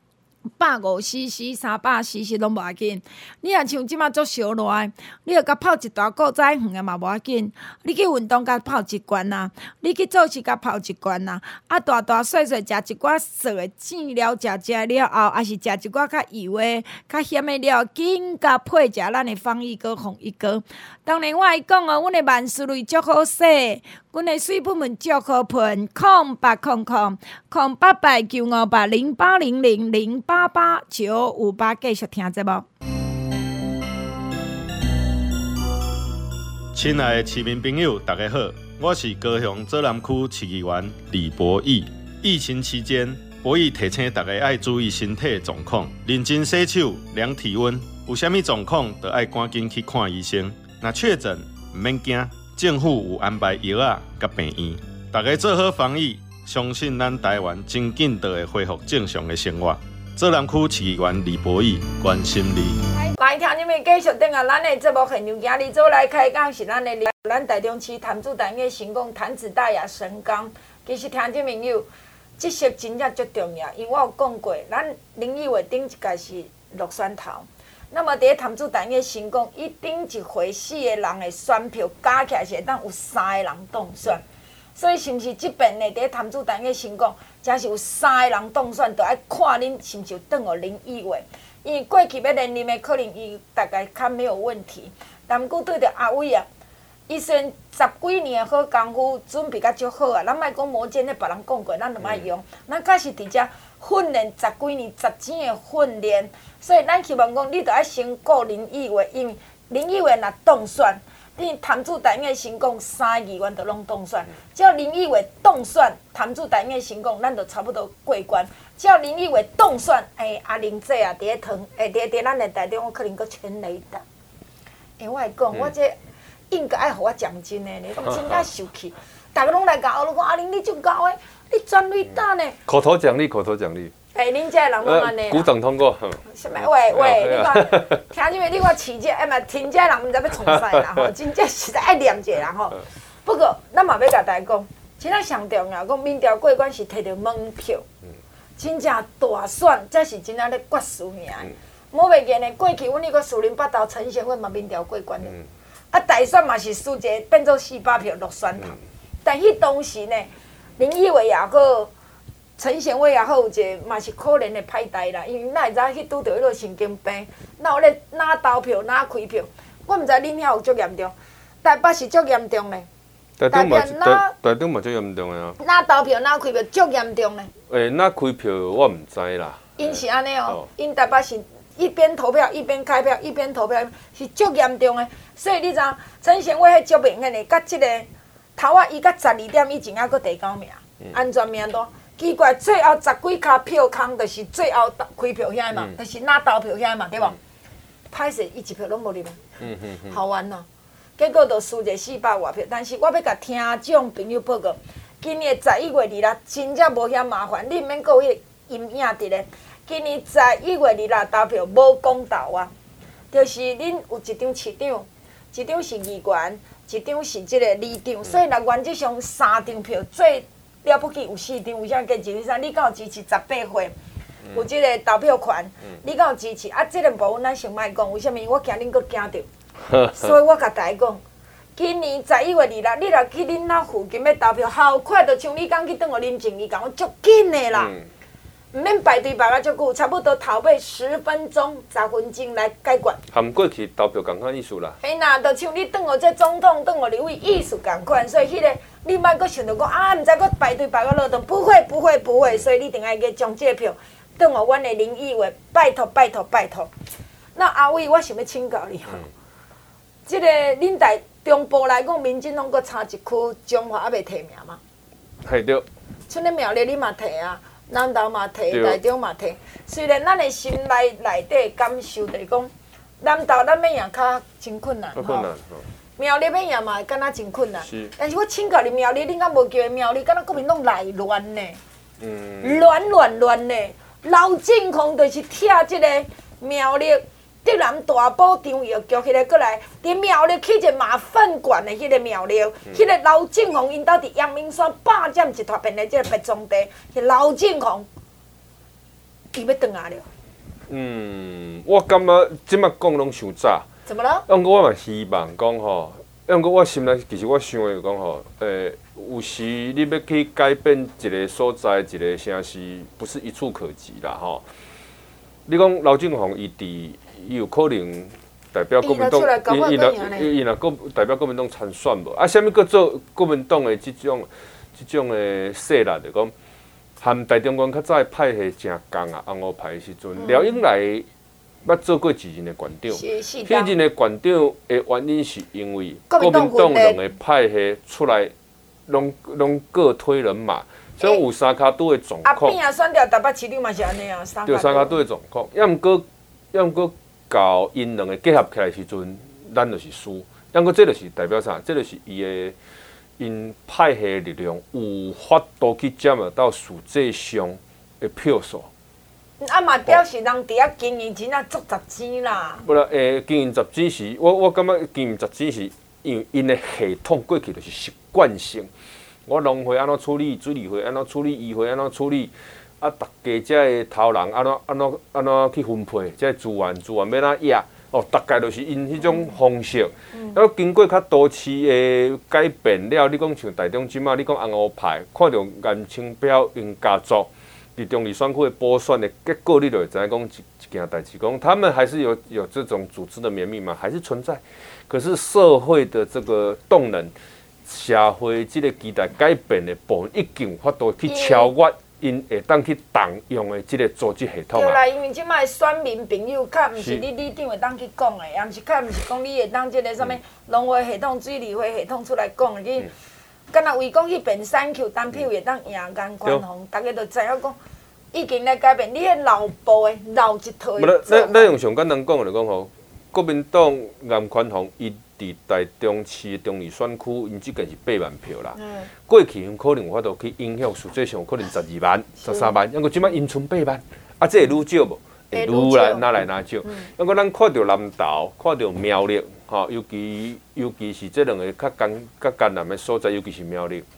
150cc、300cc 拢无要紧。你若像即马足烧热的，你著甲泡一大锅再远的嘛无要紧。你去运动甲泡一罐啊，你去做事甲泡一罐啊。大细食一寡素的煎了食了后，还是食一寡较油的、较咸的了，紧甲配食咱的方一哥、红一哥。当然我会讲哦，阮的万事类足好洗，阮的水喷喷足好喷，0800-958-0800-088958，继续听节目。 亲爱的市民朋友，大家好，我是高雄左南区市议员李博义。疫情期间，博义提醒大家爱注意身体状况，认真洗手、量体温，有啥物状况就爱赶紧去看医生。若确诊，唔免惊，政府有安排药啊甲病院，大家做好防疫，相信咱台湾真紧就会恢复正常的生活。左南区市议员李博义关心你。 来听你们继续等下咱的节目现场，今日做来开讲是咱台中市潭子产业成功潭子大雅神冈。其实听众朋友，这些真正足重要，因为我有讲过，咱0月顶一届是落选头。那么，伫潭子产业成功，伊顶一回4个人的选票加起来是会当有3个人当选，所以是毋是即边呢？伫潭子产业成功，真是有3个人当选，就爱看恁是毋是有转互林议员。因为过去要连任的，可能伊大概较没有问题，但毋过对着阿伟啊，伊虽然10几年的好功夫，准备甲足好啊，咱莫讲魔剑咧，别人讲过，咱就莫用。咱假是伫遮训练10几年、10钱的训练。所以，咱希望讲，你着爱先顾林议员，因为林议员若当选，你潭子产业成功3个议员就拢当选。只要林议员当选，潭子产业成功，咱就差不多过关。只要林议员当选，阿玲姐啊，伫咧糖，伫咱的台中，我可能阁全雷打。我会讲，我这应该爱互我奖金的呢，我真正受气。逐个拢来甲我讲，阿玲你足高诶，你全雷打呢。 口头奖励。 恁遮人拢安尼啦。 鼓掌通过。 什么？喂，你看，听你们你看市这，嘛，听遮人毋知要创啥啦吼，真正实在爱念者啦吼。不过，咱嘛要甲大家讲，真正上重要，讲民调过关是摕到门票， 真正大选才是真正咧决输赢。冇袂记呢，过去阮迄个士林北投陈贤惠嘛民调过关的，啊大选嘛是输一个变做400票落选头。但迄当时呢，林义伟也好，陈贤惠也好，有一个嘛是可怜的歹代啦，因为哪会知去拄着迄个神经病，哪有咧哪投票哪开票？我毋知恁遐有足严重，台北是足严重的。 台中嘛足严重的啊！ 哪投票哪开票足严重的。 哪开票我毋知啦。 因是安尼哦，因台北是一边投票一边开票，一边投票是足严重的。所以你知影，陈贤惠迄足明显的，甲即个头仔伊甲12点以前还佫第9名，安全名单。奇怪，最后10几卡票空，就是最后开票遐嘛，就是哪投票遐嘛，对无？歹势，伊一票拢无入来，好冤咯。结果就输一个400外票，但是我要甲听众朋友报告，今年11月26真正无遐麻烦，你毋免有迄个阴影伫咧。今年11月26投票无公道啊，就是恁有一张市长，一张是议员，一张是即个里长，所以若原则上3张票最了不起有4张，为啥加一啥？你敢有支持18岁？有即个投票权，你敢有支持？啊，即个部分咱先莫讲，为虾米？我惊恁佫惊着，所以我甲大家讲，今年11月26，你若去恁兜附近要投票，好快就像你刚去转互林静怡讲，足紧的啦，毋免排队排啊足久，差不多头尾10分钟、10分钟来解决。 含过去投票共款意思啦。 嘿呐，就像你转互这总统、转互立委意思共款，所以迄个你莫佫想着讲啊，毋知佫排队排到落堂，不会，所以你一定要去将这个票。转互阮的林义伟，拜托。那阿伟，我想要请教你吼，即个恁台中部来讲，民进党佫差一区，中华还袂提名嘛？ 系对。 像咧苗栗你嘛提啊，南投嘛提，台中嘛提。虽然咱的心内底感受就是讲，南投咱要赢较真困难吼。苗栗要赢嘛，敢若真困难。但是我请教你，苗栗恁敢无叫苗栗，敢若国民党内乱呢？乱呢！刘正宏就是拆即个苗栗德南大埔张药局迄个过来，伫苗栗去一个马粪馆的迄个苗栗，迄个刘正宏因兜伫阳明山霸占一大片的即个白种地，迄刘正宏伊要转来了。 我感觉即摆讲拢伤早。 怎么了？ 不过我嘛希望讲吼，不过我心内其实我想的讲吼，有时你要去改变一个所在、一个城市，不是一触可及啦吼。你讲刘正宏伊有可能代表国民党，伊若代表国民党参选无？啊，啥物叫做国民党的即种的势力？就讲含台中县较早派系真共啊，红乌派的时阵，廖永来捌做过一任的县长。迄任的县长的原因是因为国民党两个派系出来。拢各推人马，所以有三卡都的状况。 啊，边啊选掉台北市长嘛是安尼啊， 对三卡都的状况。要毋过，搞因两个结合起来时阵，咱就是输。要毋过这就是代表啥？这就是因派系力量有法度去占到实际上的票数。 啊嘛表示人伫遐经营真正足值钱啦。 不啦，经营值钱是，我感觉经营值钱是。因为因的系统过去就是习惯性，我农会安怎处理，水利会安怎处理，议会安怎处理，啊，大家遮个头人安怎去分配，遮资源要哪压，哦，大概就是因迄种方式。然后经过较多次的改变了，你讲像台中即马，你讲红乌派，看到颜清标因家族伫中立选区的补选的结果，你就会知影讲一件代志，讲他们还是有这种组织的绵密嘛，还是存在。可是社会的这个动能，社会这个期待改变的部分，已经有法度去超越因会当去动用的这个组织系统啊。 对啦，因为即摆选民朋友，较毋是你里长会当去讲的，也毋是较毋是讲你会当即个啥物农会系统、水利会系统出来讲的。你敢若为讲迄边3Q 单票会当赢颜宽宏，大家都知影讲已经来改变。你迄老部的老一套的。 咱用上简单讲就讲吼。国民党颜宽宏伊伫台中市中立选区，因即个是8万票啦。过去因可能有法度去影响，实际上可能12万、13万，因过即摆因剩8万，啊，这会愈少无？会愈来哪少？因过咱看到南投，看到苗栗，尤其是这两个较艰难的所在，尤其是苗栗，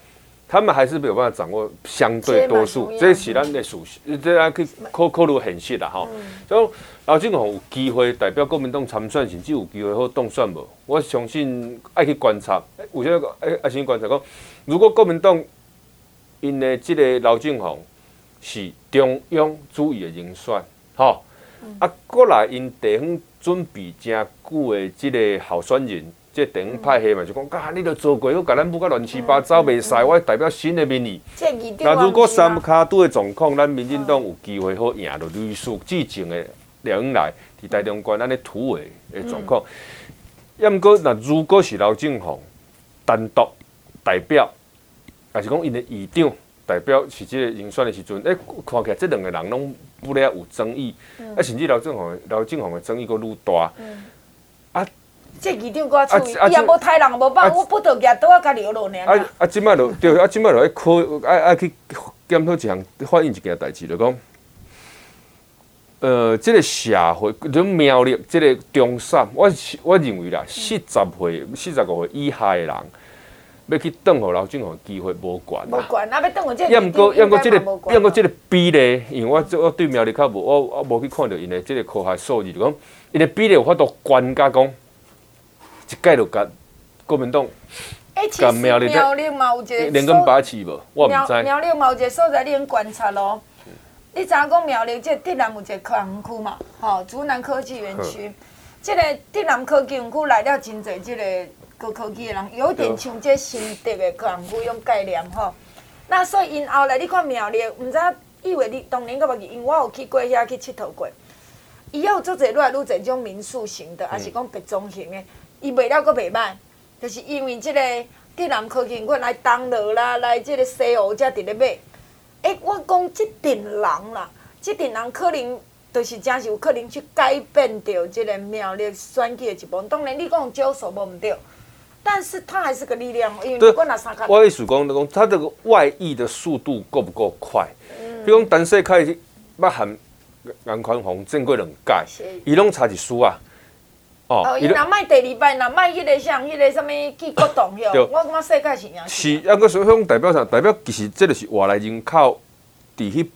他们还是没有办法掌握相对多数，这是咱的属性，这要去考虑现实啦吼。所以老正宏有机会代表国民党参选，甚至有机会好当选无？我相信爱去观察，有些爱先观察讲，如果国民党因的这个老正宏是中央主义的人选，吼，过来因地方准备真久的这个候选人。这地方派系嘛，就讲，你著做过，我甲咱不甲乱七八糟，袂使，我代表新的民意。那如果三卡拄的状况，咱民进党有机会好赢到类似之前的廖永来伫台中县安尼突围的状况。要毋过，如果是老正宏单独代表，还是讲因的议长代表是这个人选的时阵，看起来这两个人拢不了有争议，甚至老正宏的争议佫愈大。 这议长搁处理，伊也无杀人，无放，我不得举刀啊，甲留落尔。 即摆就对，即摆就爱去检讨一项，反映一件代志，就讲，这个社会，就苗栗这个中山，我认为啦，40岁以下的人，要去当互老正宏机会无悬啦。 无悬，啊，要当互这个。要过这个比例，因为我对苗栗较无，我无去看到因的这个科学数字，就讲因的比例有法度悬甲讲。一届就甲国民党， 甲苗栗嘛有一个连根拔起无，我毋知。 苗栗嘛有一个所在，你用观察咯。你知影讲苗栗这竹南有一个科学区嘛？吼，竹南科技园区。这个竹南科技园区来了真侪这个高科技的人，有点像这新竹的科学区种概念吼。那所以因后来你看苗栗，毋知以为你当年个无去，因为我有去过遐去佚佗过。伊有做侪愈来愈侪种民宿型的，还是讲别种型的。伊卖了阁袂歹，就是因为即个竹南科技园区来东乐啦，来即个西湖才伫咧买。我讲即阵人啦，即阵人可能就是真是有可能去改变着即个苗栗选举的一部分。当然，你讲少数无毋对，但是它还是个力量，因为如果那三卡， 我意思讲，它这个外溢的速度够不够快？比如讲，陈世凯捌含颜宽宏争过2届，伊拢差一输啊。 伊若卖第2摆，若卖迄个啥，迄个啥物去国栋哟，我感觉世界是赢。 是，啊，个所以代表啥？代表其实这就是外来人口伫迄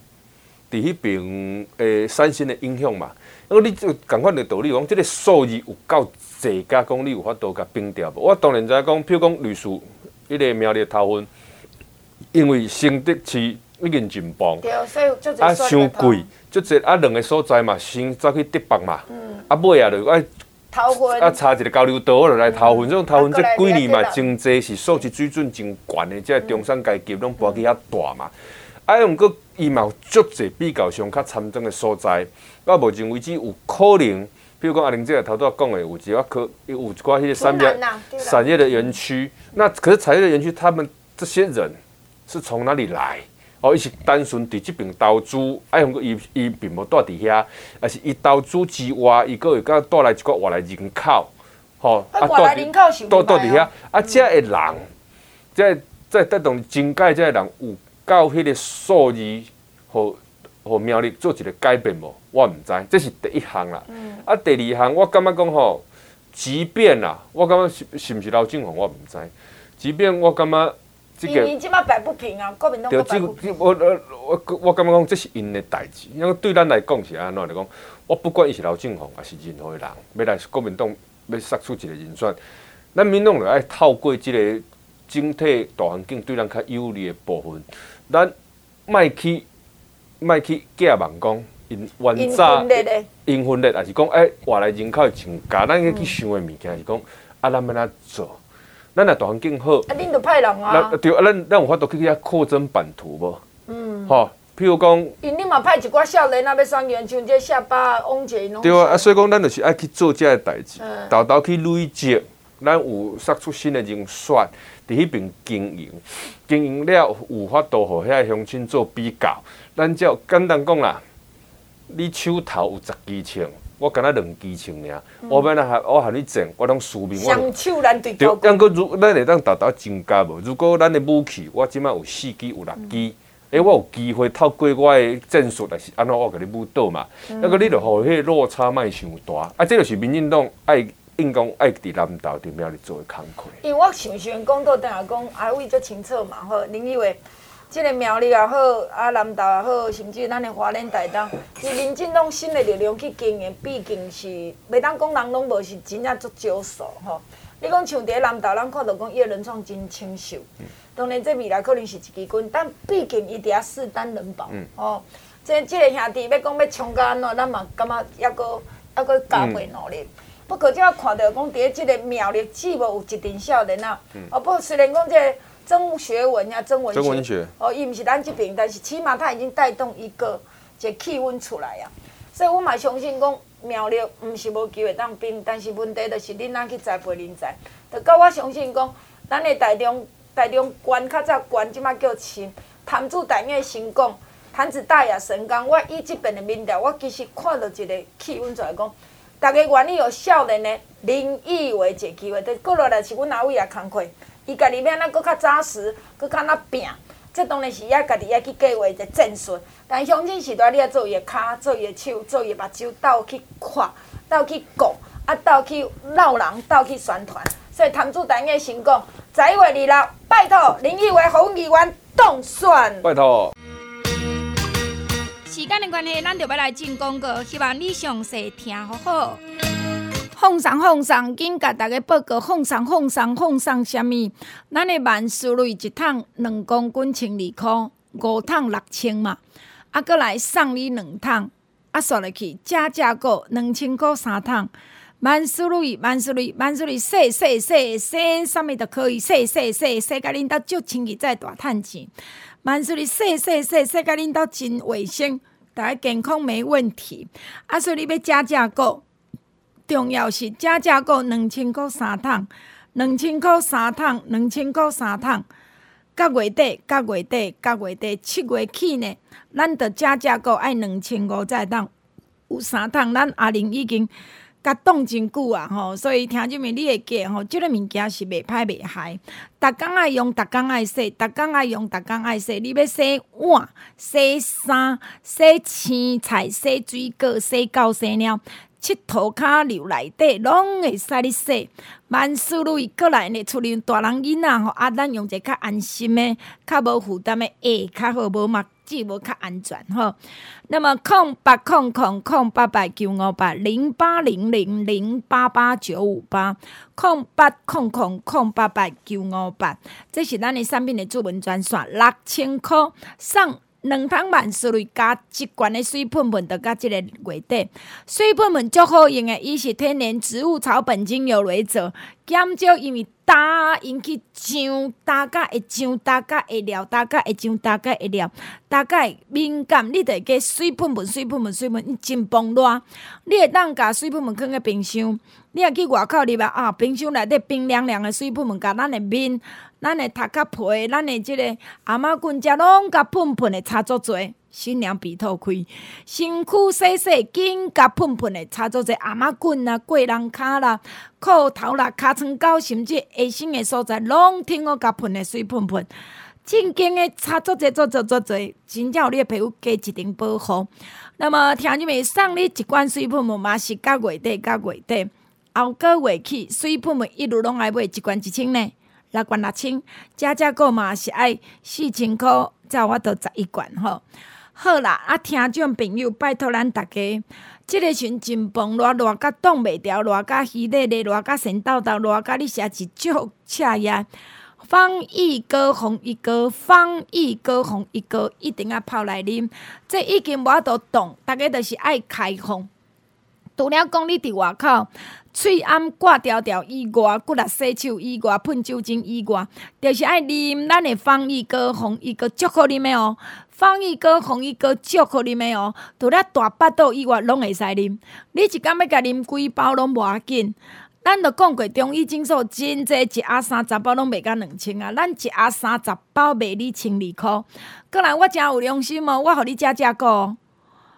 边产生的影响嘛。因为你就共款的道理讲，这个数字有够济，甲讲你有法度甲并掉无？我当然知影讲，譬如讲律师迄个苗栗头份，因为新竹市已经真棒，伤贵，足济2个所在嘛，先走去竹北嘛，尾啊就爱。 头份查一个交流道，我就来头份。这种头份这几年嘛，真济是素质水准真悬的，这中产阶级拢搬去遐大嘛。毋过伊嘛有足济比较上较参政的所在。到目前为止有可能，比如讲阿玲姐头拄仔讲的，有一寡迄个产业的园区。那可是产业的园区，他们这些人是从哪里来？伊是单纯伫即边投资，毋过伊并无住伫遐，而是伊投资之外，伊阁会甲带来一个外来人口， 吼，外来人口是住伫遐，遮的人，在带动增加遮的人有到迄个数字，互苗栗做一个改变无？我毋知，这是第一项啦。第二项，我感觉讲吼，即便啦，我感觉是毋是老正宏，我毋知，即便我感觉。 因为即摆摆不平啊，国民党摆不平。 我感觉讲这是因的代志，因为对咱来讲是安怎来讲，我不管伊是老正宏还是任何人，要来国民党要杀出一个人选，咱民党就爱透过即个整体大环境对咱较有利的部分，咱莫去假妄讲因原早因分裂，还是讲外来人口增加，咱去想的物件是讲咱要哪做？咱若大环境好， 恁著派人啊。 对，咱有法度去遐扩增版图无？吼，譬如讲， 因你嘛派一寡少年啊，要选员，像这下巴、翁姐拢。 对啊，所以讲咱就是爱去做这个代志，豆豆去累积，咱有杀出新的人选，伫迄边经营了有法度，互遐乡亲做比较。咱只简单讲啦，你手头有10支枪。我敢若2支枪尔，我喊你整，我拢输面。 双手难对高。 对，如咱会当豆豆增加无？如果咱的武器，我即摆有4支，有6支，我有机会透过我的战术，还是安怎我甲你武倒嘛？那个你著互迄落差莫伤大。这就是民进党爱硬讲爱伫南投伫苗栗做的工课。 因为我想讲倒等下讲阿伟足清楚嘛，好，林以为即个苗栗也好，啊南投也好，甚至咱的花莲台东，是民进党新的力量去经营，毕竟是袂当讲人拢无是真正足少数吼。你讲像伫南投，咱看到讲叶人创真清秀，当然这未来可能是一支军，但毕竟伊伫遐势单人保，哦，即个兄弟要讲要冲到安怎，咱嘛感觉还阁加倍努力。不过，即我看到讲，伫即个苗栗，只无有一群少年啊。不过虽然讲即个曾学文呀、曾文学，伊毋是咱这边，但是起码他已经带动一个气氛出来啊。所以我嘛相信讲，苗栗毋是无机会当兵，但是问题就是恁哪去栽培人才。就到我相信讲，咱的台中县较早县，即摆叫市，潭子大雅成功，潭子大雅神功。我以即边的民调，我其实看到一个气氛出来讲。大家愿意有少年的林义为一个机会，就过落来是阮阿伟也工课，伊家己要咱搁较扎实，搁较哪拼，这当然是也家己也去计划一个战术。但相信时代你要做伊的骹，做伊的手，做伊的目睭，斗去看，斗去讲，斗去闹人，斗去宣传。所以潭子大雅成功，11月26，拜托林义为洪议员当选。 拜托。 时间的关系，咱就要来进广告，希望你详细听好好。放送，紧甲大家报告放送什么？咱的万事瑞一桶2公斤1,200块，5桶6000嘛，啊，搁来送你2桶，啊，刷落去加购2000块3桶。万事瑞，洗啥物都可以，洗甲恁兜足清气再大趁钱。万事瑞洗甲恁兜真卫生。大家健康没问题，啊，所以你要加购，重要是加购2000块3桶，2000块3桶，到月底7月起呢，咱着加购爱2500才会当有3桶，咱阿玲已经甲冻真久啊吼，所以听众们你会记吼，即个物件是袂歹袂害，逐工爱用，逐工爱洗，你要洗碗、洗衫、洗青菜、洗水果、洗狗洗猫，佚佗骹流内底拢会使你洗。万事如意，过来呢，厝里大人囡仔吼，啊，咱用一个较安心的、较无负担的，较好无嘛。无较安全吼，那么0800-088-958，0800-088-958，这是咱的产品的主文专线，6000块送2桶万事瑞加1罐的水喷喷，就到这个月底。水喷喷足好用的，伊是天然植物草本精油为主，减少因为打引起痒，打甲会痒，打甲会撩，打甲会痒，打甲会撩，打甲会敏感，你得加水喷喷，伊真崩热。你会当甲水喷喷放在冰箱，你若去外口入来啊，冰箱内底冰凉凉的水喷喷，甲咱的面、咱的头壳皮、咱的即个阿妈棍遮拢甲喷喷的差足侪。新娘鼻头开，身躯洗，紧甲喷喷的擦做者阿妈棍啦、过人骹啦、裤头啦、尻川沟，甚至下身的所在，拢听我甲喷的水喷喷。正经的擦做者做，真正有你的皮肤加一层保护。那么听你们送你1罐水喷喷嘛，是到月底，后个月起水喷喷一路拢爱买1罐1000呢，6罐6000，加购嘛是爱4000块才有法度11罐吼。好啦，啊，听众朋友，拜托咱大家，即个时阵真崩热甲挡袂牢，热甲稀咧，热甲神叨叨，热甲你实是足赤呀。防疫膏，一定要泡来啉。这已经无法度冻，大家就是爱开放。除了讲你伫外口，喙暗挂条以外，骨力洗手以外，喷酒精以外，就是爱啉咱的防疫膏，足好啉的哦。防疫膏足好啉的哦。除了大巴肚以外，拢会使啉。你一工要甲啉几包拢无要紧。咱著讲过，中医诊所真济1盒30包拢卖到2000啊，咱1盒30包卖你1200块。过来，我真有良心哦，我互你加购。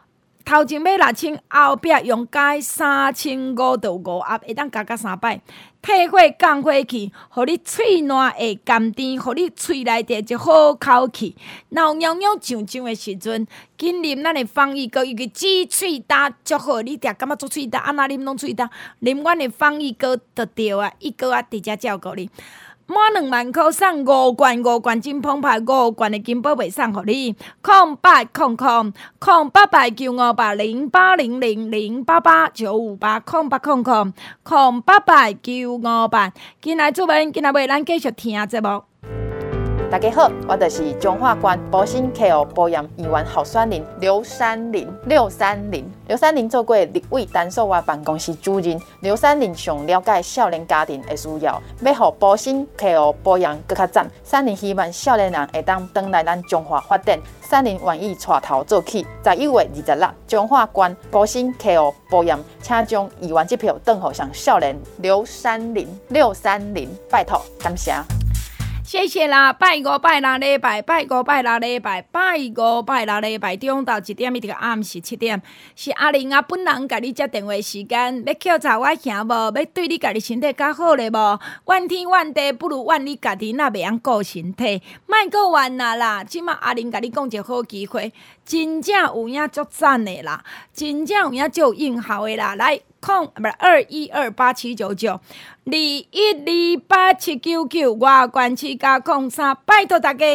头前买6000，后壁用加3500到5盒，会当加3摆。退火降火气，互你喙烂会甘甜，互你喙内底一好口气。闹痒痒痒痒的时阵，紧啉咱的芳益膏，伊个止喙焦足好，你定感觉做喙焦，安那啉拢喙焦，啉阮的芳益膏就对啊，伊膏啊直接照顾你。满2万块送5罐真澎湃，5罐的金宝贝送互你。0800-0080958，088958，进来出门，进来买，咱继续听节目。 大家好，我就是中华关保心 KO 保养议员候选人刘三林。刘三林做过立委陈淑华办公室主任。刘三林上了解少年家庭的需要，要让保心 KO 保养更较赞。三林希望少年人会当回来咱中华发展。三林愿意带头做起。11月26日，中华关保心 KO 保养，请将议员这票转互上少年刘三林，拜托，感谢。 谢谢啦！拜5拜6礼拜，拜5拜6礼拜，拜5拜6礼拜，中昼1點一直到暗時7點，是阿玲啊本人甲你接電話時間，要扣查我行無？要對你家己身體較好咧無？怨天怨地不如怨你家己，若袂曉顧身體，莫閣怨啦！即馬阿玲甲你講一個好機會，真正有影足讚的啦，真正有影足有應效的啦，來。212879921287999外관市加03，拜托大家。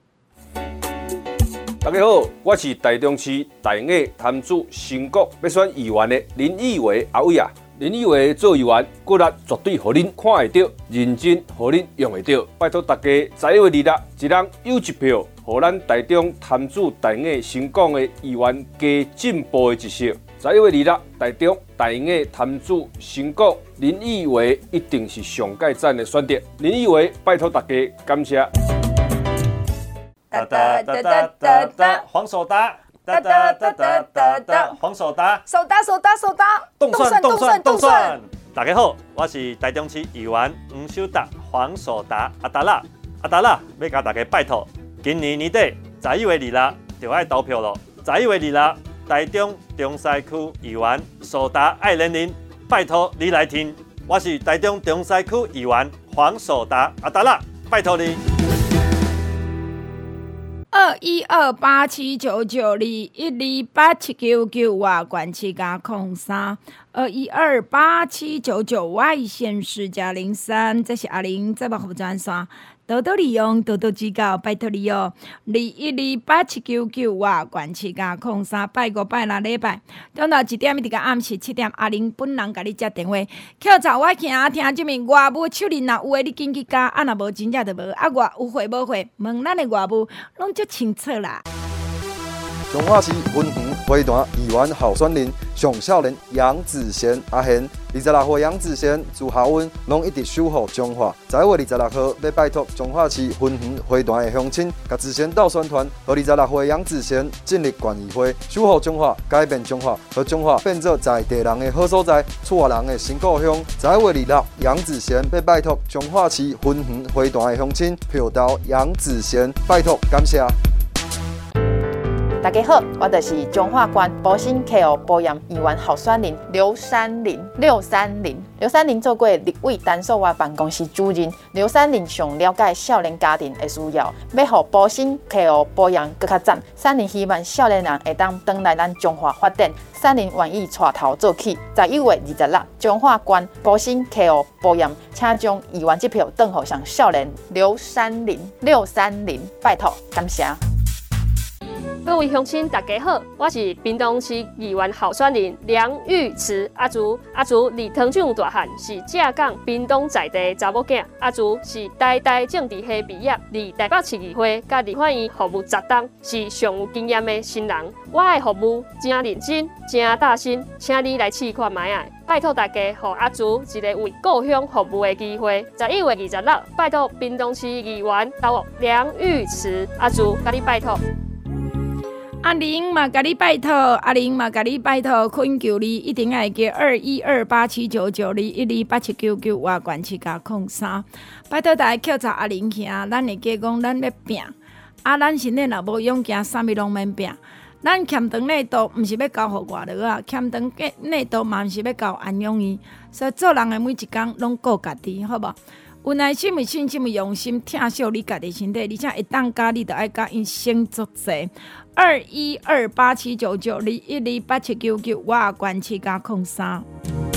大家好，我是台中市大雅潭子新国要选议员的林义伟阿伟啊。林义伟做议员，骨力绝对互恁看会到，认真互恁用会到。拜托大家11月26日，一人有一票，互咱台中潭子大雅新港的议员加进步的一色。11月26日，台中大雅潭子新港林义伟一定是上界赞的选择。林义伟，拜托大家，感谢。 哒哒哒哒哒哒，黄手打，哒哒哒哒哒哒，黄手打， 手打， 动算。大家好，我是台中市议员黄守达，黄手打阿达拉，要甲大家拜托，今年年底11月26日就要投票咯。11月26日。台中中西区议员手达爱人林，拜托你来听，我是台中中西区议员黄手达阿达拉，拜托你。 212879921287999外관市加03，2128799外县市加03，这是阿玲节目服专线。多多利用，多多指教，拜托你哦。2128799外관市加03，拜5拜6礼拜，中昼1點一直到暗時7點，阿玲本人甲你接電話。扣查我行聽這面外務手裡若有誒，你緊去加，啊若無真正就無。啊外有會無會，問咱的外務攏足清楚啦。 彰化市文園花壇議員候選人上少年楊子賢阿賢，26歲楊子賢自校運攏一直守護彰化。11月26號要拜託彰化市文園花壇的鄉親，甲子賢鬥宣傳，和26歲楊子賢進入縣議會，守護彰化，改變彰化，和彰化變做在地人的好所在，厝外人的新故鄉。11月26日，楊子賢要拜託彰化市文園花壇的鄉親，票投楊子賢，拜託感謝。 大家好，我就是中华关保心 KO 保养议员候选人刘三林。刘三林做过立委陈淑华办公室主任。刘三林上了解少年家庭的需要，要让保心 KO 保养更较赞。三林希望少年人会当回来咱中华发展。三林愿意带头做起。11月26日，中华关保心 KO 保养，请将议员这票转互上少年刘三林，拜托，感谢。 各位乡亲，大家好，我是屏东市议员候选人梁玉慈阿竹。阿竹离糖厂大汉，是正港屏东在地查某囝。阿竹是台大政治系毕业，离台北市议会甲立法院服务10冬，是上有经验的新人。我的服务真认真，真大心，请你来试看卖啊！拜托大家，予阿竹一个为故乡服务的机会。11月26日，拜托屏东市议员投梁玉慈阿竹，甲你拜托。 阿玲嘛，甲你拜托，恳求你一定要加212879921287999外관市加03，拜托大家扣查阿玲兄，咱会加讲咱要拼，啊，咱身体若无勇行，啥物拢免拼。 咱欠长内度，毋是要交互外劳啊，欠长内度嘛，毋是要交安养院。所以做人的每一工拢顾家己，好无？有耐心、有信心、有用心，疼惜你家己身体，而且会当家，你着爱甲因先作势。21287992128799，我关7+03。